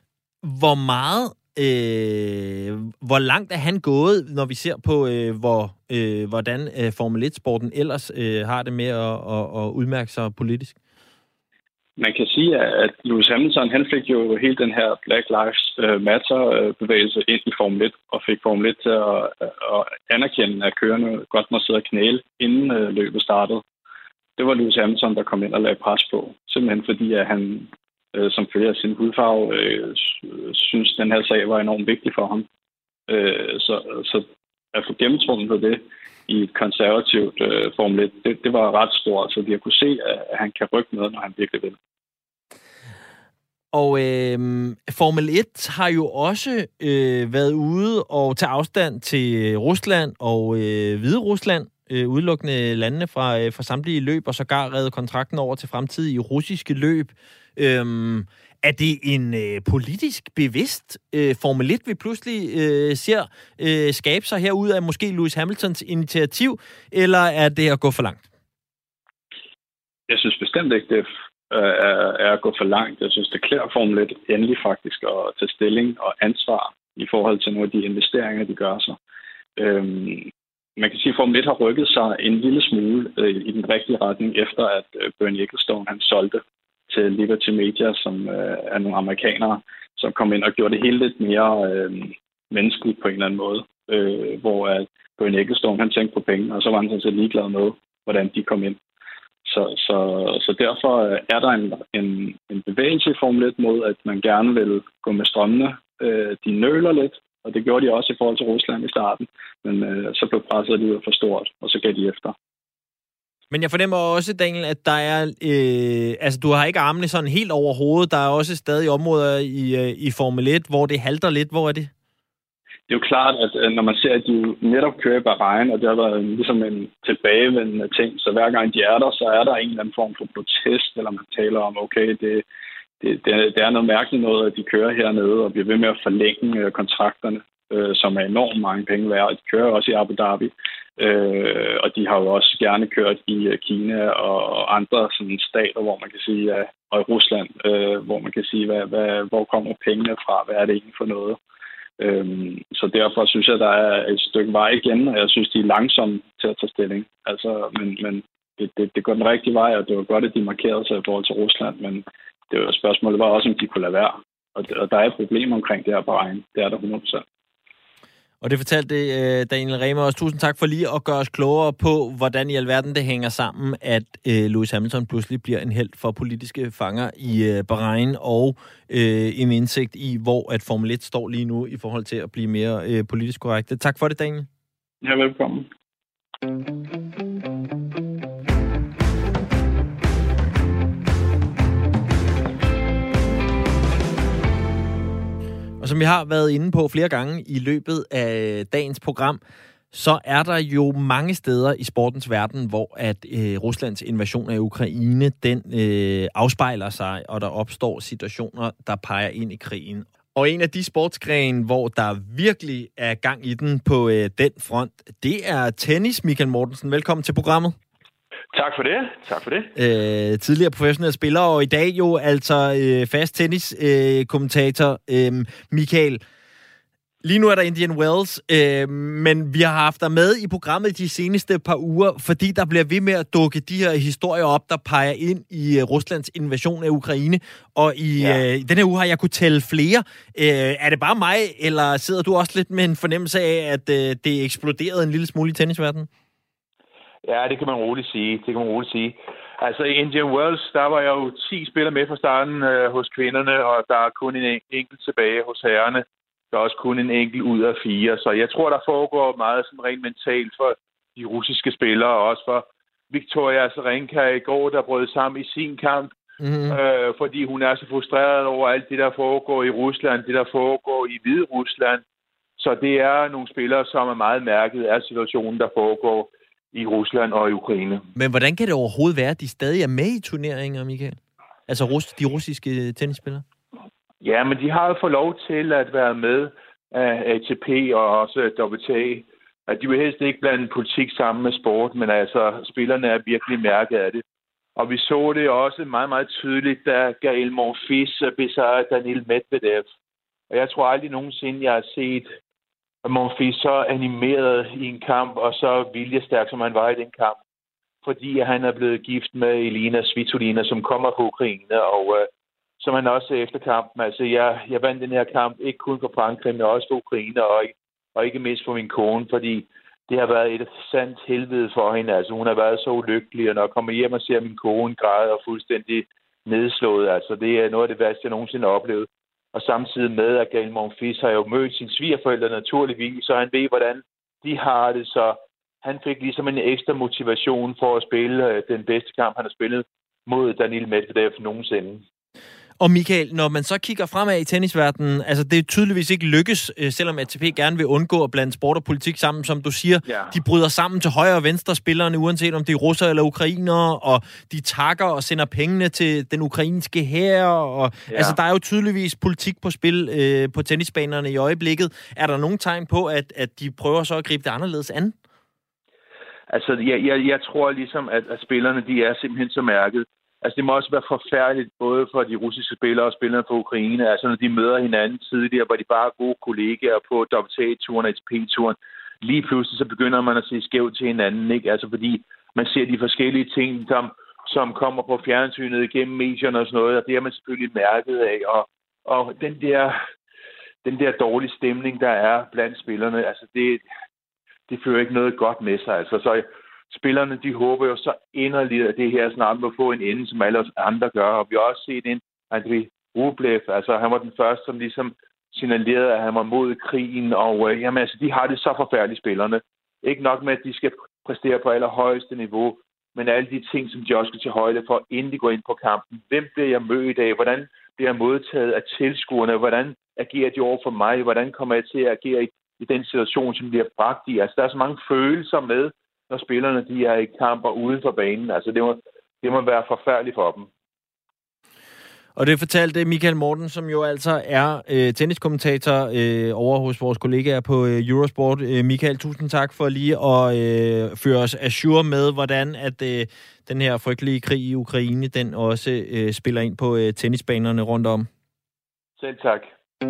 B: hvor langt er han gået, når vi ser på, hvordan Formel 1-sporten ellers har det med at udmærke sig politisk?
L: Man kan sige, at Lewis Hamilton, han fik jo hele den her Black Lives Matter-bevægelse ind i Formel 1, og fik Formel 1 til at anerkende, at kørerne godt må sidde og knæle, inden løbet startede. Det var Lewis Hamilton, der kom ind og lagde pres på. Simpelthen fordi, at han som følger af sin hudfarve, synes, den her sag var enormt vigtig for ham. Så at få gennemtrummet det i et konservativt Formel 1, det var ret stort, så de har kunne se, at han kan rykke med, når han virkelig vil.
B: Og Formel 1 har jo også været ude og tage afstand til Rusland og Hvide Rusland, udelukkende landene fra samtlige løb, og sågar redde kontrakten over til fremtidige russiske løb. Er det en politisk bevidst Formel 1, vi pludselig ser skabe sig herud af måske Lewis Hamiltons initiativ, eller er det at gå for langt?
L: Jeg synes bestemt ikke, det er at gå for langt. Jeg synes, det klæder Formel 1 endelig faktisk at tage stilling og ansvar i forhold til nogle af de investeringer, de gør sig. Man kan sige, at Formel 1 har rykket sig en lille smule i den rigtige retning, efter at Bernie Ecclestone han solgte til Liberty Media, som er nogle amerikanere, som kom ind og gjorde det hele lidt mere menneskeligt på en eller anden måde. Hvor at Bernie Ecclestone, han tænkte på penge, og så var han sådan set ligeglad med, hvordan de kom ind. Så derfor er der en bevægelse i Formel 1 mod, at man gerne vil gå med strømmene. De nøler lidt, og det gjorde de også i forhold til Rusland i starten. Men så blev presset alligevel for stort, og så gav de efter.
B: Men jeg fornemmer også, Daniel, at der er... altså, du har ikke armene sådan helt over hovedet. Der er også stadig områder i Formel 1, hvor det halter lidt. Hvor er det?
L: Det er jo klart, at når man ser, at de netop kører i Bahrain, og det har været ligesom en tilbagevendende ting, så hver gang de er der, så er der en eller anden form for protest, eller man taler om, okay, det er noget mærkeligt noget, at de kører hernede, og bliver ved med at forlænge kontrakterne, som er enormt mange penge værd. De kører også i Abu Dhabi, og de har jo også gerne kørt i Kina og andre sådan stater, hvor man kan sige, og i Rusland, hvor man kan sige, hvor kommer pengene fra, hvad er det egentlig for noget. Så derfor synes jeg, der er et stykke vej igen, og jeg synes, de er langsomme til at tage stilling. Altså, men det går den rigtige vej, og det var godt, at de markerede sig i forhold til Rusland, men det var spørgsmålet var også, om de kunne lade være. Og der er et problem omkring det her Bahrain. Det er der 100%.
B: Og det fortalte Daniel Riemer også. Tusind tak for lige at gøre os klogere på, hvordan i alverden det hænger sammen, at Lewis Hamilton pludselig bliver en helt for politiske fanger i Bahrain, og en indsigt i, hvor at Formel 1 står lige nu i forhold til at blive mere politisk korrekte. Tak for det, Daniel.
L: Ja, velkommen.
B: Og som vi har været inde på flere gange i løbet af dagens program, så er der jo mange steder i sportens verden, hvor at Ruslands invasion af Ukraine, den afspejler sig, og der opstår situationer, der peger ind i krigen. Og en af de sportsgrene, hvor der virkelig er gang i den på den front, det er tennis. Michael Mortensen, velkommen til programmet.
M: Tak for det. Tak for det.
B: Tidligere professionelle spiller, og i dag jo altså fast tenniskommentator. Michael, lige nu er der Indian Wells, men vi har haft dig med i programmet de seneste par uger, fordi der bliver ved med at dukke de her historier op, der peger ind i Ruslands invasion af Ukraine. Og i denne uge har jeg kunne tælle flere. Er det bare mig, eller sidder du også lidt med en fornemmelse af, at det eksploderede en lille smule i tennisverdenen?
M: Ja, det kan man roligt sige. Altså i Indian Wells, der var jeg jo 10 spillere med fra starten hos kvinderne, og der er kun en enkelt tilbage hos herrerne. Der er også kun en enkelt ud af 4. Så jeg tror, der foregår meget sådan rent mentalt for de russiske spillere, og også for Victoria Azarenka i går, der brød sammen i sin kamp. Fordi hun er så frustreret over alt det, der foregår i Rusland, det, der foregår i Hvide Rusland. Så det er nogle spillere, som er meget mærket af situationen, der foregår i Rusland og i Ukraine.
B: Men hvordan kan det overhovedet være, at de stadig er med i turneringer, Michael? Altså de russiske tennisspillere?
M: Ja, men de har jo fået lov til at være med af ATP og også WTA. At de vil helst ikke blande politik sammen med sport, men altså spillerne er virkelig mærket af det. Og vi så det også meget, meget tydeligt, da Gael Monfils besejrede Daniil Medvedev. Og jeg tror aldrig nogensinde, jeg har set Monfils så animeret i en kamp, og så viljestærk, som han var i den kamp. Fordi han er blevet gift med Elina Svitolina, som kommer fra Ukraine, og som han også efter kampen. Altså, jeg vandt den her kamp, ikke kun for Frankrig, men også for Ukraine, og ikke mindst for min kone, fordi det har været et sandt helvede for hende. Altså, hun har været så ulykkelig, og når jeg kommer hjem og ser min kone græde og fuldstændig nedslået, altså, det er noget af det værste, jeg nogensinde har oplevet. Og samtidig med, at Gael Monfils har jo mødt sine svigerforældre naturligvis, så han ved, hvordan de har det, så han fik ligesom en ekstra motivation for at spille den bedste kamp, han har spillet mod Daniil Medvedev nogensinde.
B: Og Michael, når man så kigger fremad i tennisverdenen, altså det er tydeligvis ikke lykkes, selvom ATP gerne vil undgå at blande sport og politik sammen, som du siger. Ja. De bryder sammen til højre og venstre spillerne, uanset om det er russer eller ukrainere, og de takker og sender pengene til den ukrainske hær. Og, altså, der er jo tydeligvis politik på spil på tennisbanerne i øjeblikket. Er der nogen tegn på, at de prøver så at gribe det anderledes an?
M: Altså, jeg tror ligesom, at spillerne, de er simpelthen så mærket. Altså, det må også være forfærdeligt, både for de russiske spillere og spillerne på Ukraine. Altså, når de møder hinanden tidligere, hvor de bare er gode kollegaer på WTA-turen og ATP-turen. Lige pludselig så begynder man at se skævt til hinanden, ikke? Altså, fordi man ser de forskellige ting, som kommer på fjernsynet igennem medierne og sådan noget, og det er man selvfølgelig mærket af. Og den der dårlige stemning, der er blandt spillerne, altså det fører ikke noget godt med sig. Altså, så spillerne, de håber jo så inderligt, at det her snart må få en ende, som alle os andre gør. Og vi har også set en Andriy Rublev, altså han var den første, som ligesom signalerede, at han var mod krigen, og jamen, altså, de har det så forfærdeligt, spillerne. Ikke nok med, at de skal præstere på allerhøjeste niveau, men alle de ting, som de også skal til højde for, inden de går ind på kampen. Hvem bliver jeg mødt af? Hvordan bliver jeg modtaget af tilskuerne? Hvordan agerer de over for mig? Hvordan kommer jeg til at agere i den situation, som bliver bragt i? Altså, der er så mange følelser med, når spillerne de er i kamper uden for banen. Altså, det må være forfærdeligt for dem.
B: Og det fortalte Michael Morten, som jo altså er tenniskommentator over hos vores kollegaer på Eurosport. Michael, tusind tak for lige at føre os ajour med, hvordan at den her frygtelige krig i Ukraine, den også spiller ind på tennisbanerne rundt om.
M: Selv tak.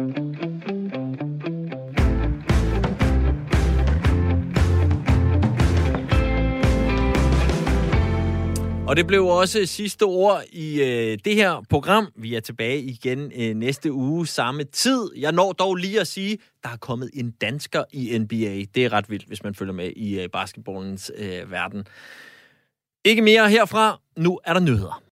B: Og det blev også sidste ord i det her program. Vi er tilbage igen næste uge samme tid. Jeg når dog lige at sige, der er kommet en dansker i NBA. Det er ret vildt, hvis man følger med i basketballens verden. Ikke mere herfra. Nu er der nyheder.